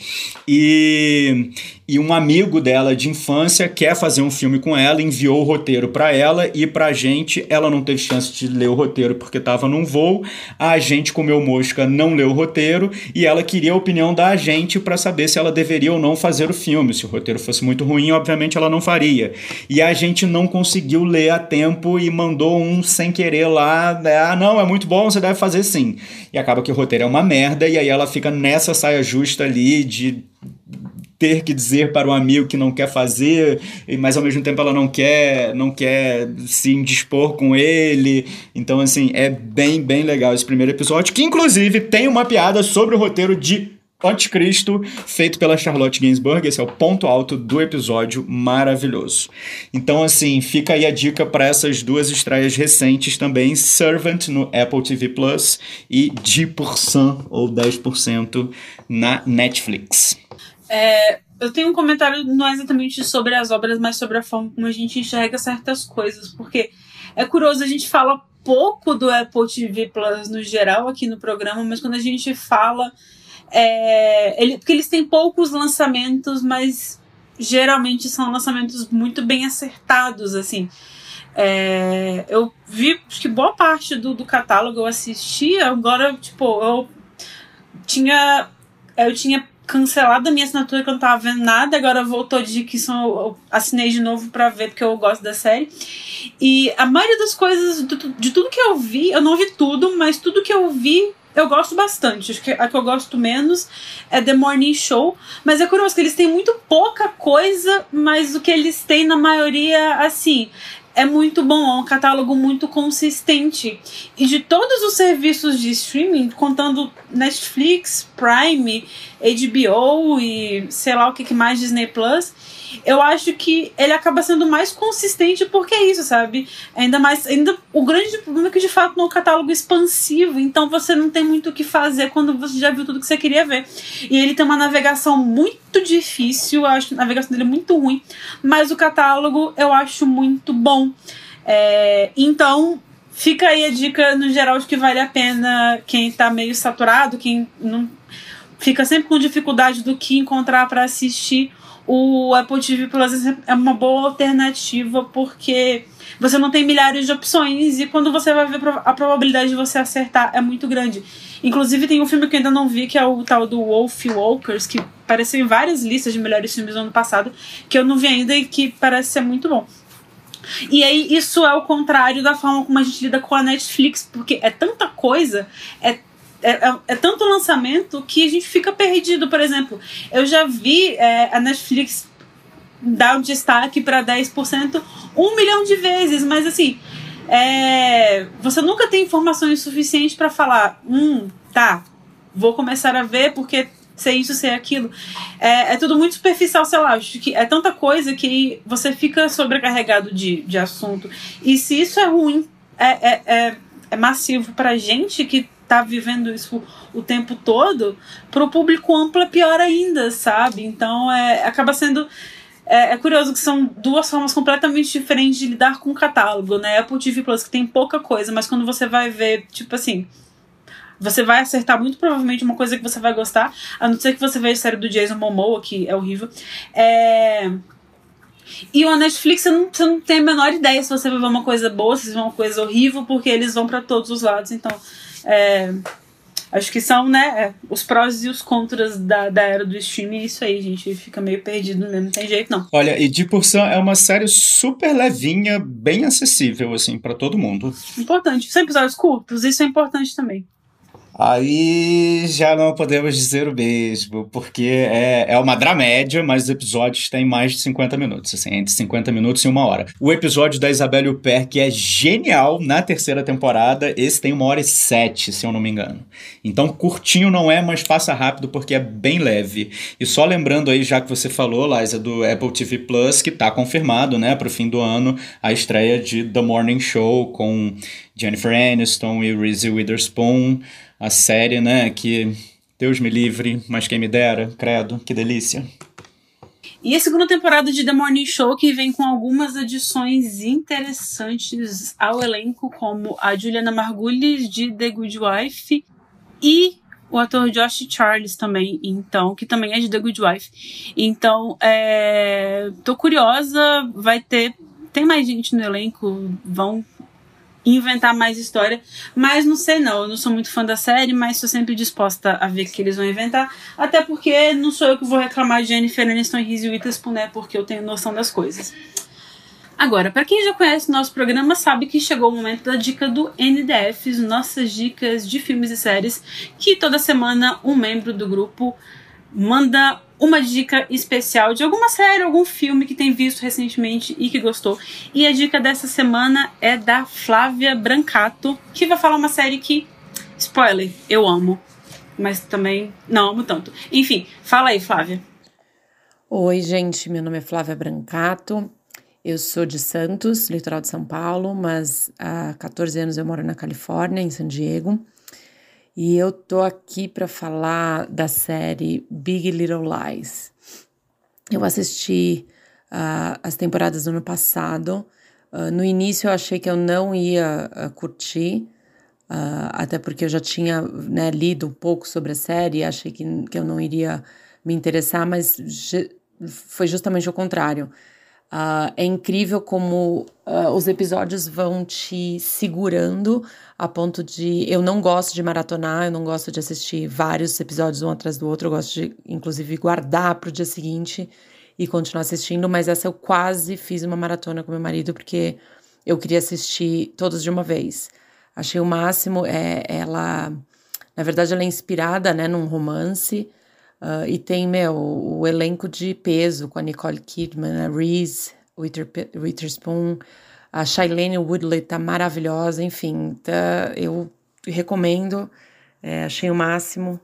e... E um amigo dela de infância quer fazer um filme com ela, enviou o roteiro para ela e pra gente. Ela não teve chance de ler o roteiro porque estava num voo. A agente comeu mosca, não leu o roteiro, e ela queria a opinião da agente para saber se ela deveria ou não fazer o filme. Se o roteiro fosse muito ruim, obviamente ela não faria. E a gente não conseguiu ler a tempo e mandou um sem querer lá. Ah, não, é muito bom, você deve fazer sim. E acaba que o roteiro é uma merda, e aí ela fica nessa saia justa ali de ter que dizer para o amigo que não quer fazer, mas ao mesmo tempo ela não quer, não quer se indispor com ele. Então, assim, é bem, bem legal esse primeiro episódio, que inclusive tem uma piada sobre o roteiro de Anticristo, feito pela Charlotte Gainsbourg. Esse é o ponto alto do episódio, maravilhoso. Então, assim, fica aí a dica para essas duas estreias recentes também: Servant no Apple T V Plus e dix pour cent ou dez por cento na Netflix. É, eu tenho um comentário não exatamente sobre as obras, mas sobre a forma como a gente enxerga certas coisas, porque é curioso, a gente fala pouco do Apple T V Plus no geral aqui no programa, mas quando a gente fala, é, ele, porque eles têm poucos lançamentos, mas geralmente são lançamentos muito bem acertados, assim. É, eu vi, acho que boa parte do, do catálogo eu assisti, agora, tipo, eu tinha, eu tinha cancelado a minha assinatura que eu não tava vendo nada, agora voltou de que eu assinei de novo pra ver, porque eu gosto da série. E a maioria das coisas, de, de tudo que eu vi, eu não vi tudo, mas tudo que eu vi eu gosto bastante. Acho que a que eu gosto menos é The Morning Show, mas é curioso que eles têm muito pouca coisa, mas o que eles têm na maioria, assim, é muito bom, é um catálogo muito consistente. E de todos os serviços de streaming, contando Netflix, Prime, H B O e sei lá o que mais, Disney Plus, eu acho que ele acaba sendo mais consistente porque é isso, sabe? Ainda mais, ainda o grande problema é que de fato não é um catálogo expansivo, então você não tem muito o que fazer quando você já viu tudo que você queria ver. E ele tem uma navegação muito difícil, eu acho a navegação dele muito ruim, mas o catálogo eu acho muito bom. É, então, fica aí a dica no geral de que vale a pena quem tá meio saturado, quem não fica sempre com dificuldade do que encontrar para assistir. O Apple T V Plus é uma boa alternativa porque você não tem milhares de opções e quando você vai ver, a probabilidade de você acertar é muito grande. Inclusive tem um filme que eu ainda não vi, que é o tal do Wolf Walkers, que apareceu em várias listas de melhores filmes do ano passado, que eu não vi ainda e que parece ser muito bom. E aí isso é o contrário da forma como a gente lida com a Netflix, porque é tanta coisa, é É, é, é tanto lançamento que a gente fica perdido. Por exemplo, eu já vi é, a Netflix dar um destaque para dez por cento um milhão de vezes, mas assim, é, você nunca tem informações suficientes para falar, hum, tá, vou começar a ver porque sei isso, sei aquilo. É, é tudo muito superficial, sei lá, acho que é tanta coisa que você fica sobrecarregado de, de assunto. E se isso é ruim, é, é, é, é massivo pra gente que tá vivendo isso o tempo todo, pro público amplo é pior ainda, sabe? Então é, acaba sendo é, é curioso que são duas formas completamente diferentes de lidar com o catálogo, né? Apple T V Plus, que tem pouca coisa, mas quando você vai ver, tipo assim, você vai acertar muito provavelmente uma coisa que você vai gostar, a não ser que você veja a série do Jason Momoa, que é horrível. É... E o Netflix, você não, você não tem a menor ideia se você vai ver uma coisa boa, se vai ver uma coisa horrível, porque eles vão pra todos os lados, então É, acho que são, né, é, os prós e os contras da, da era do streaming. Isso aí, gente, fica meio perdido mesmo, não tem jeito não. Olha, e Deep Ursan é uma série super levinha, bem acessível, assim, pra todo mundo. Importante, são episódios curtos, isso é importante também. Aí já não podemos dizer o mesmo, porque é, é uma dramédia, mas os episódios têm mais de cinquenta minutos, assim, entre cinquenta minutos e uma hora. O episódio da Isabelle Huppert, que é genial na terceira temporada, esse tem uma hora e sete, se eu não me engano. Então, curtinho não é, mas passa rápido porque é bem leve. E só lembrando aí, já que você falou, Liza, do Apple T V Plus, que tá confirmado, né, pro fim do ano, a estreia de The Morning Show com Jennifer Aniston e Reese Witherspoon. A série, né, que Deus me livre, mas quem me dera, credo, que delícia. E a segunda temporada de The Morning Show, que vem com algumas adições interessantes ao elenco, como a Juliana Margulies, de The Good Wife, e o ator Josh Charles também, então, que também é de The Good Wife. Então, é, tô curiosa, vai ter, tem mais gente no elenco, vão inventar mais história, mas não sei não, eu não sou muito fã da série, mas estou sempre disposta a ver o que eles vão inventar, até porque não sou eu que vou reclamar de Jennifer Aniston e Reese Witherspoon, né, porque eu tenho noção das coisas. Agora, para quem já conhece o nosso programa, sabe que chegou o momento da dica do N D F, nossas dicas de filmes e séries, que toda semana um membro do grupo manda uma dica especial de alguma série, algum filme que tem visto recentemente e que gostou. E a dica dessa semana é da Flávia Brancato, que vai falar uma série que, spoiler, eu amo, mas também não amo tanto. Enfim, fala aí, Flávia. Oi, gente, meu nome é Flávia Brancato, eu sou de Santos, litoral de São Paulo, mas há catorze anos eu moro na Califórnia, em San Diego. E eu tô aqui para falar da série Big Little Lies. Eu assisti uh, as temporadas do ano passado. Uh, no início eu achei que eu não ia uh, curtir, uh, até porque eu já tinha, né, lido um pouco sobre a série e achei que, que eu não iria me interessar, mas ju- foi justamente o contrário. Uh, é incrível como uh, os episódios vão te segurando a ponto de... Eu não gosto de maratonar, eu não gosto de assistir vários episódios um atrás do outro, eu gosto de, inclusive, guardar pro dia seguinte e continuar assistindo, mas essa eu quase fiz uma maratona com meu marido, porque eu queria assistir todos de uma vez. Achei o máximo, é, ela... Na verdade, ela é inspirada, né, num romance... Uh, e tem, meu, o, o elenco de peso com a Nicole Kidman, a Reese Wither, Witherspoon, a Shailene Woodley tá maravilhosa, enfim, tá, eu recomendo, é, achei o máximo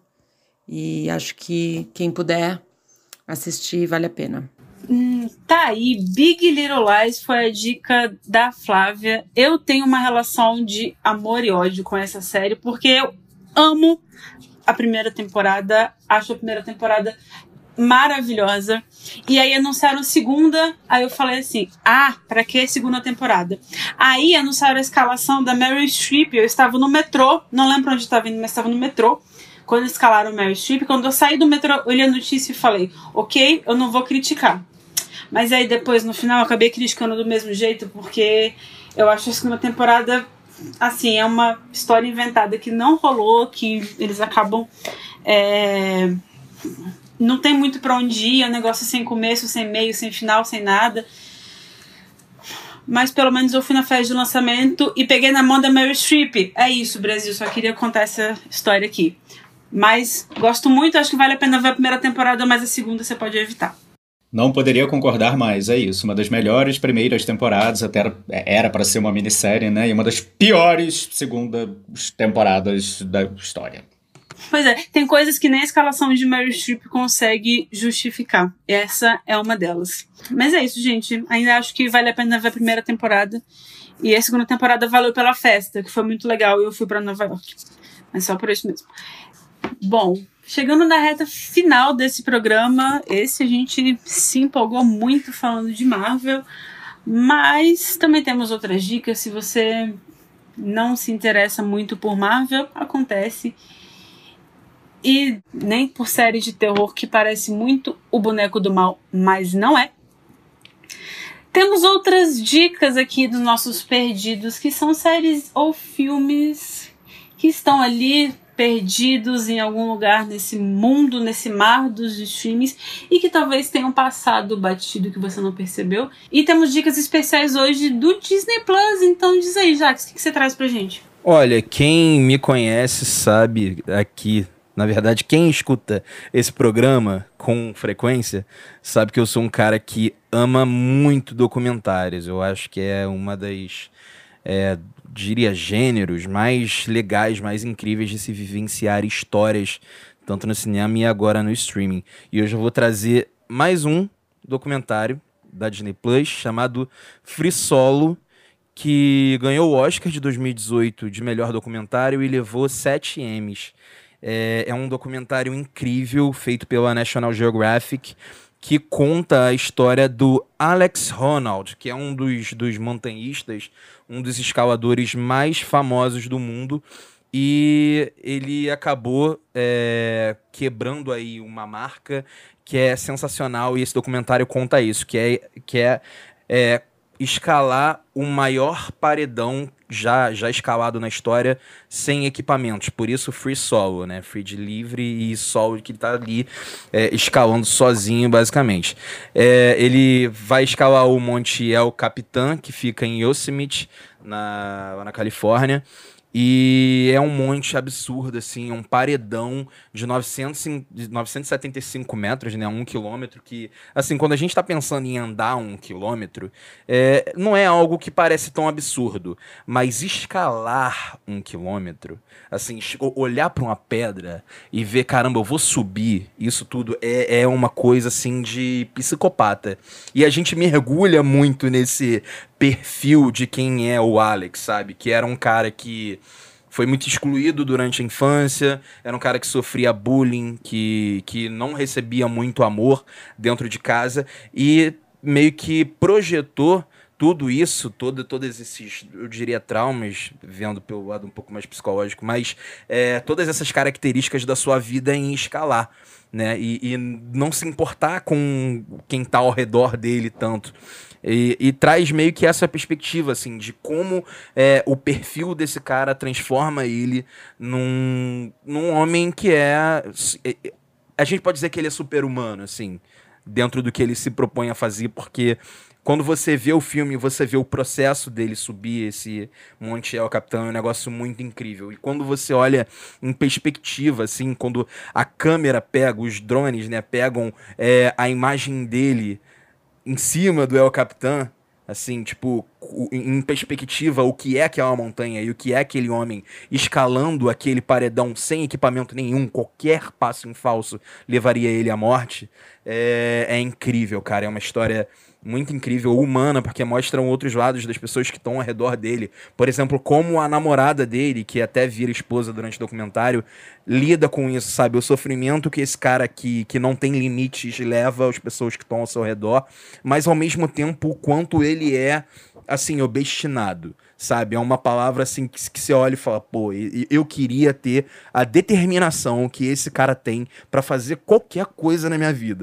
e acho que quem puder assistir vale a pena. Hum, tá aí, Big Little Lies foi a dica da Flávia. Eu tenho uma relação de amor e ódio com essa série, porque eu amo a primeira temporada, acho a primeira temporada maravilhosa, e aí anunciaram a segunda, aí eu falei assim, ah, pra que segunda temporada? Aí anunciaram a escalação da Meryl Streep, eu estava no metrô, não lembro onde estava indo, mas estava no metrô, quando escalaram a Meryl Streep, quando eu saí do metrô, eu olhei a notícia e falei, ok, eu não vou criticar, mas aí depois, no final, eu acabei criticando do mesmo jeito, porque eu acho a segunda temporada... Assim, é uma história inventada que não rolou, que eles acabam... É, não tem muito pra onde ir, é um negócio sem começo, sem meio, sem final, sem nada. mas pelo menos eu fui na festa de lançamento e peguei na mão da Meryl Streep. É isso, Brasil, só queria contar essa história aqui. Mas gosto muito, acho que vale a pena ver a primeira temporada, mas a segunda você pode evitar. Não poderia concordar mais, é isso. Uma das melhores primeiras temporadas, até era para ser uma minissérie, né? E uma das piores segundas temporadas da história. Pois é, tem coisas que nem a escalação de Meryl Streep consegue justificar. Essa é uma delas. Mas é isso, gente. Ainda acho que vale a pena ver a primeira temporada. E a segunda temporada valeu pela festa, que foi muito legal. E eu fui pra Nova York. Mas só por isso mesmo. Bom, chegando na reta final desse programa, esse a gente se empolgou muito falando de Marvel, mas também temos outras dicas. Se você não se interessa muito por Marvel, acontece. E nem por série de terror que parece muito o Boneco do Mal, mas não é. Temos outras dicas aqui dos nossos perdidos, que são séries ou filmes que estão ali perdidos em algum lugar nesse mundo, nesse mar dos streams, e que talvez tenham passado batido que você não percebeu. E temos dicas especiais hoje do Disney Plus, então diz aí, Jax, o que, que você traz pra gente? Olha, quem me conhece sabe aqui, na verdade, quem escuta esse programa com frequência, sabe que eu sou um cara que ama muito documentários. Eu acho que é uma das... É, diria gêneros mais legais, mais incríveis de se vivenciar histórias, tanto no cinema e agora no streaming. E hoje eu vou trazer mais um documentário da Disney Plus, chamado Free Solo, que ganhou o Oscar de dois mil e dezoito de melhor documentário e levou sete Emmys. É, é um documentário incrível, feito pela National Geographic, que conta a história do Alex Honnold, que é um dos, dos montanhistas, um dos escaladores mais famosos do mundo, e ele acabou é, quebrando aí uma marca que é sensacional, e esse documentário conta isso, que é, que é, é escalar o maior paredão já, já escalado na história sem equipamentos. Por isso Free Solo, né? Free de livre e solo que tá ali é, escalando sozinho, basicamente. É, ele vai escalar o Monte El Capitan, que fica em Yosemite, na, lá na Califórnia. E é um monte absurdo, assim, um paredão de novecentos e setenta e cinco metros, né, um quilômetro, que, assim, quando a gente tá pensando em andar um quilômetro, é, não é algo que parece tão absurdo, mas escalar um quilômetro, assim, olhar para uma pedra e ver, caramba, eu vou subir, isso tudo é, é uma coisa, assim, de psicopata. E a gente mergulha muito nesse perfil de quem é o Alex, sabe? Que era um cara que foi muito excluído durante a infância, era um cara que sofria bullying, que, que não recebia muito amor dentro de casa e meio que projetou tudo isso, todo, todos esses, eu diria, traumas, vendo pelo lado um pouco mais psicológico, mas é, todas essas características da sua vida em escalar, né? E, e não se importar com quem tá ao redor dele tanto. E, e traz meio que essa perspectiva, assim, de como é, o perfil desse cara transforma ele num, num homem que é... A gente pode dizer que ele é super-humano, assim, dentro do que ele se propõe a fazer, porque quando você vê o filme, você vê o processo dele subir esse Monte El Capitan, é um negócio muito incrível. E quando você olha em perspectiva, assim, quando a câmera pega, os drones, né, pegam é, a imagem dele em cima do El Capitan, assim, tipo, em perspectiva, o que é aquela montanha e o que é aquele homem escalando aquele paredão sem equipamento nenhum, qualquer passo em falso levaria ele à morte, é, é incrível, cara, é uma história muito incrível, humana, porque mostram outros lados das pessoas que estão ao redor dele. Por exemplo, como a namorada dele, que até vira esposa durante o documentário, lida com isso, sabe? O sofrimento que esse cara que, que não tem limites leva às pessoas que estão ao seu redor, mas ao mesmo tempo o quanto ele é, assim, obstinado, sabe? É uma palavra, assim, que, que você olha e fala, pô, eu queria ter a determinação que esse cara tem pra fazer qualquer coisa na minha vida,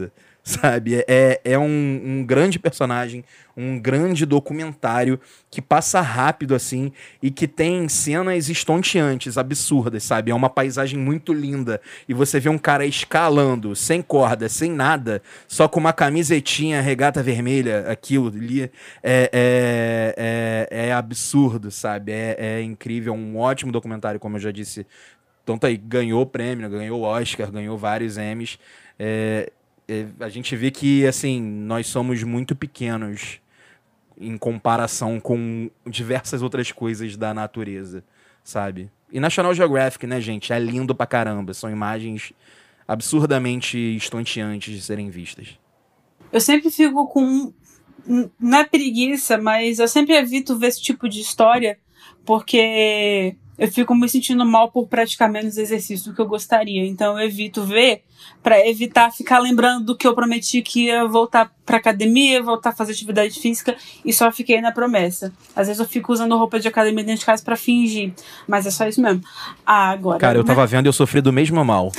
sabe? É, é um, um grande personagem, um grande documentário que passa rápido, assim, e que tem cenas estonteantes, absurdas, sabe? É uma paisagem muito linda, e você vê um cara escalando, sem corda, sem nada, só com uma camisetinha, regata vermelha, aquilo ali, é, é, é, é absurdo, sabe? É, é incrível, um ótimo documentário, como eu já disse. Então tá aí, ganhou prêmio, ganhou Oscar, ganhou vários Emmys. É, é, a gente vê que, assim, nós somos muito pequenos em comparação com diversas outras coisas da natureza, sabe? E National Geographic, né, gente? É lindo pra caramba. São imagens absurdamente estonteantes de serem vistas. Eu sempre fico com... Não é preguiça, mas eu sempre evito ver esse tipo de história porque eu fico me sentindo mal por praticar menos exercício do que eu gostaria. Então eu evito ver para evitar ficar lembrando do que eu prometi que ia voltar pra academia, voltar a fazer atividade física e só fiquei na promessa. Às vezes eu fico usando roupa de academia dentro de casa pra fingir, mas é só isso mesmo. Ah, agora... Cara, eu tava vendo e eu sofri do mesmo mal.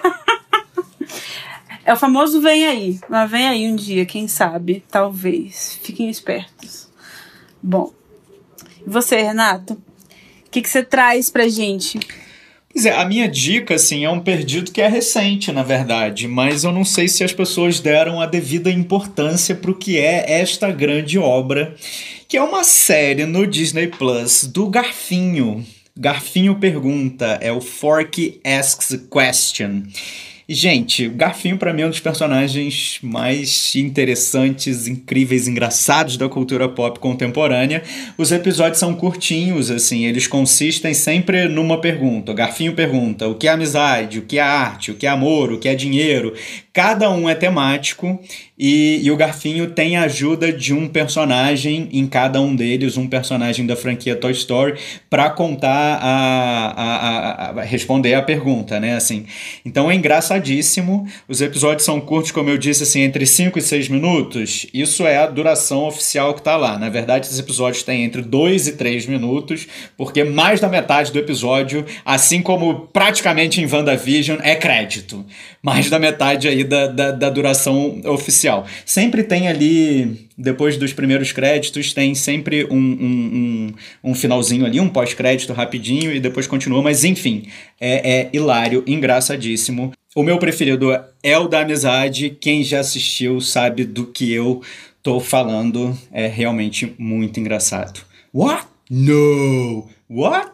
É o famoso vem aí. Mas vem aí um dia, quem sabe, talvez. Fiquem espertos. Bom, e você, Renato? O que, que você traz pra gente? Pois é, a minha dica, assim, é um perdido que é recente, na verdade, mas eu não sei se as pessoas deram a devida importância para o que é esta grande obra, que é uma série no Disney Plus do Garfinho. Garfinho Pergunta, é o Forky Asks a Question. E, gente, o Garfinho, pra mim, é um dos personagens mais interessantes, incríveis, engraçados da cultura pop contemporânea. Os episódios são curtinhos, assim, eles consistem sempre numa pergunta. O Garfinho pergunta o que é amizade, o que é arte, o que é amor, o que é dinheiro. Cada um é temático e, e o Garfinho tem a ajuda de um personagem em cada um deles, um personagem da franquia Toy Story, para contar, a, a, a, a responder a pergunta, né, assim. Então é engraçadíssimo, os episódios são curtos, como eu disse, assim, entre cinco e seis minutos, isso é a duração oficial que tá lá. Na verdade, esses episódios têm entre dois e três minutos, porque mais da metade do episódio, assim como praticamente em WandaVision, é crédito. Mais da metade aí da, da, da duração oficial. Sempre tem ali, depois dos primeiros créditos, tem sempre um, um, um, um finalzinho ali, um pós-crédito rapidinho e depois continua, mas enfim, é, é hilário, engraçadíssimo. O meu preferido é o da amizade, quem já assistiu sabe do que eu tô falando, é realmente muito engraçado. What? No! What?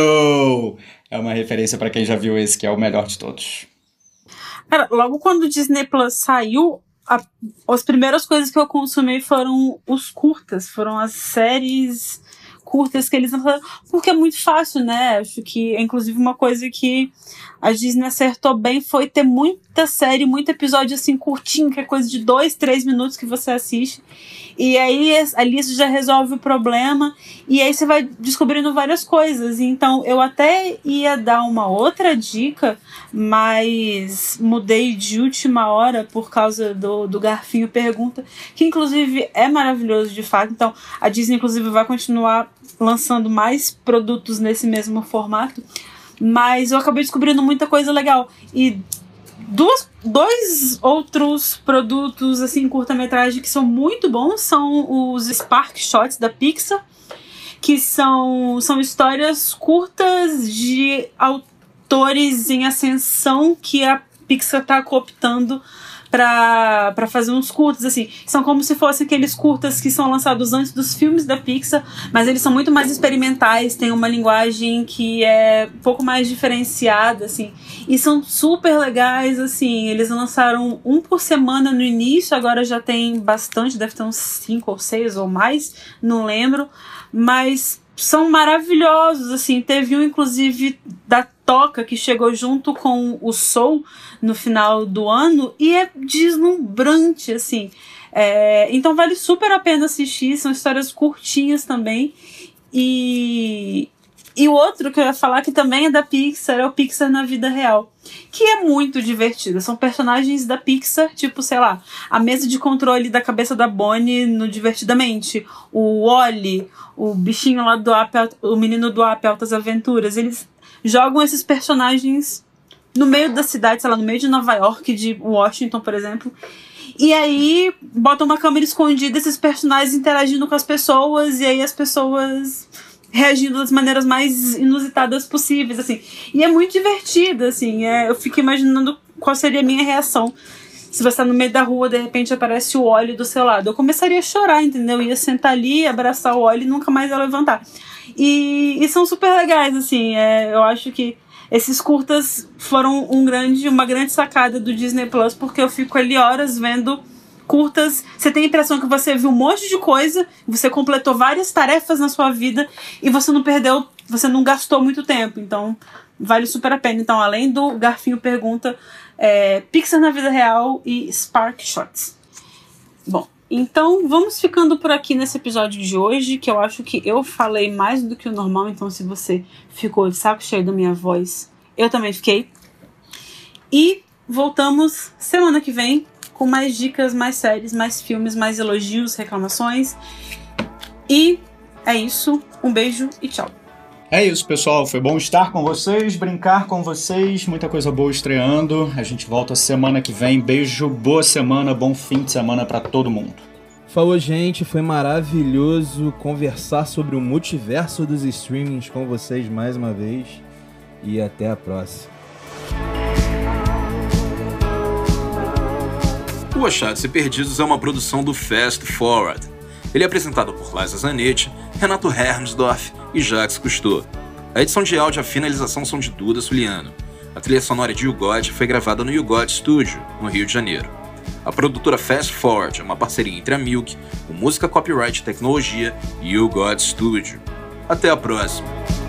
No! É uma referência para quem já viu esse, que é o melhor de todos. Cara, logo quando o Disney Plus saiu, a, as primeiras coisas que eu consumi foram os curtas, foram as séries curtas que eles lançaram, porque é muito fácil, né? Acho que, inclusive, uma coisa que a Disney acertou bem foi ter muita série, muito episódio assim curtinho, que é coisa de dois, três minutos que você assiste. E aí ali isso já resolve o problema. E aí você vai descobrindo várias coisas. Então eu até ia dar uma outra dica, mas mudei de última hora por causa do, do Garfinho Pergunta, que inclusive é maravilhoso de fato. Então a Disney inclusive vai continuar lançando mais produtos nesse mesmo formato. Mas eu acabei descobrindo muita coisa legal. E duas, dois outros produtos, assim, curta-metragem que são muito bons são os Spark Shots da Pixar, que são, são histórias curtas de autores em ascensão que a Pixar tá cooptando pra, pra fazer uns curtas, assim. São como se fossem aqueles curtas que são lançados antes dos filmes da Pixar, mas eles são muito mais experimentais, tem uma linguagem que é um pouco mais diferenciada, assim. E são super legais, assim. Eles lançaram um por semana no início, agora já tem bastante, deve ter uns cinco ou seis ou mais, não lembro. Mas são maravilhosos, assim. Teve um, inclusive, da Toca, que chegou junto com o Soul no final do ano, e é deslumbrante, assim. É, então vale super a pena assistir, são histórias curtinhas também. E, e o outro que eu ia falar, que também é da Pixar, é o Pixar na Vida Real, que é muito divertido. São personagens da Pixar, tipo, sei lá, a mesa de controle da cabeça da Bonnie no Divertidamente, o Wall-E, o bichinho lá do Up, o menino do Up, Altas Aventuras. Eles jogam esses personagens no meio da cidade, sei lá, no meio de Nova York, de Washington, por exemplo. E aí botam uma câmera escondida, esses personagens interagindo com as pessoas, e aí as pessoas reagindo das maneiras mais inusitadas possíveis, assim. E é muito divertido, assim. É, eu fico imaginando qual seria a minha reação. Se você tá no meio da rua, de repente aparece o Wall-E do seu lado. Eu começaria a chorar, entendeu? Eu ia sentar ali, abraçar o Wall-E e nunca mais ia levantar. E, e são super legais, assim. É, eu acho que esses curtas foram um grande, uma grande sacada do Disney Plus, porque eu fico ali horas vendo curtas. Você tem a impressão que você viu um monte de coisa, você completou várias tarefas na sua vida e você não perdeu, você não gastou muito tempo. Então, vale super a pena. Então, além do Garfinho Pergunta, é, Pixar na Vida Real e Spark Shots. Bom, então vamos ficando por aqui nesse episódio de hoje, que eu acho que eu falei mais do que o normal, então se você ficou de saco cheio da minha voz, eu também fiquei. E voltamos semana que vem com mais dicas, mais séries, mais filmes, mais elogios, reclamações. E é isso. Um beijo e tchau. É isso, pessoal. Foi bom estar com vocês, brincar com vocês. Muita coisa boa estreando. A gente volta semana que vem. Beijo, boa semana, bom fim de semana pra todo mundo. Falou, gente. Foi maravilhoso conversar sobre o multiverso dos streamings com vocês mais uma vez. E até a próxima. O Achados e Perdidos é uma produção do Fast Forward. Ele é apresentado por Liza Zanetti, Renato Hermsdorf e Jacques Cousteau. A edição de áudio e a finalização são de Duda Suliano. A trilha sonora de You God foi gravada no You God Studio, no Rio de Janeiro. A produtora Fast Forward é uma parceria entre a Milk, o Música Copyright e Tecnologia e You God Studio. Até a próxima!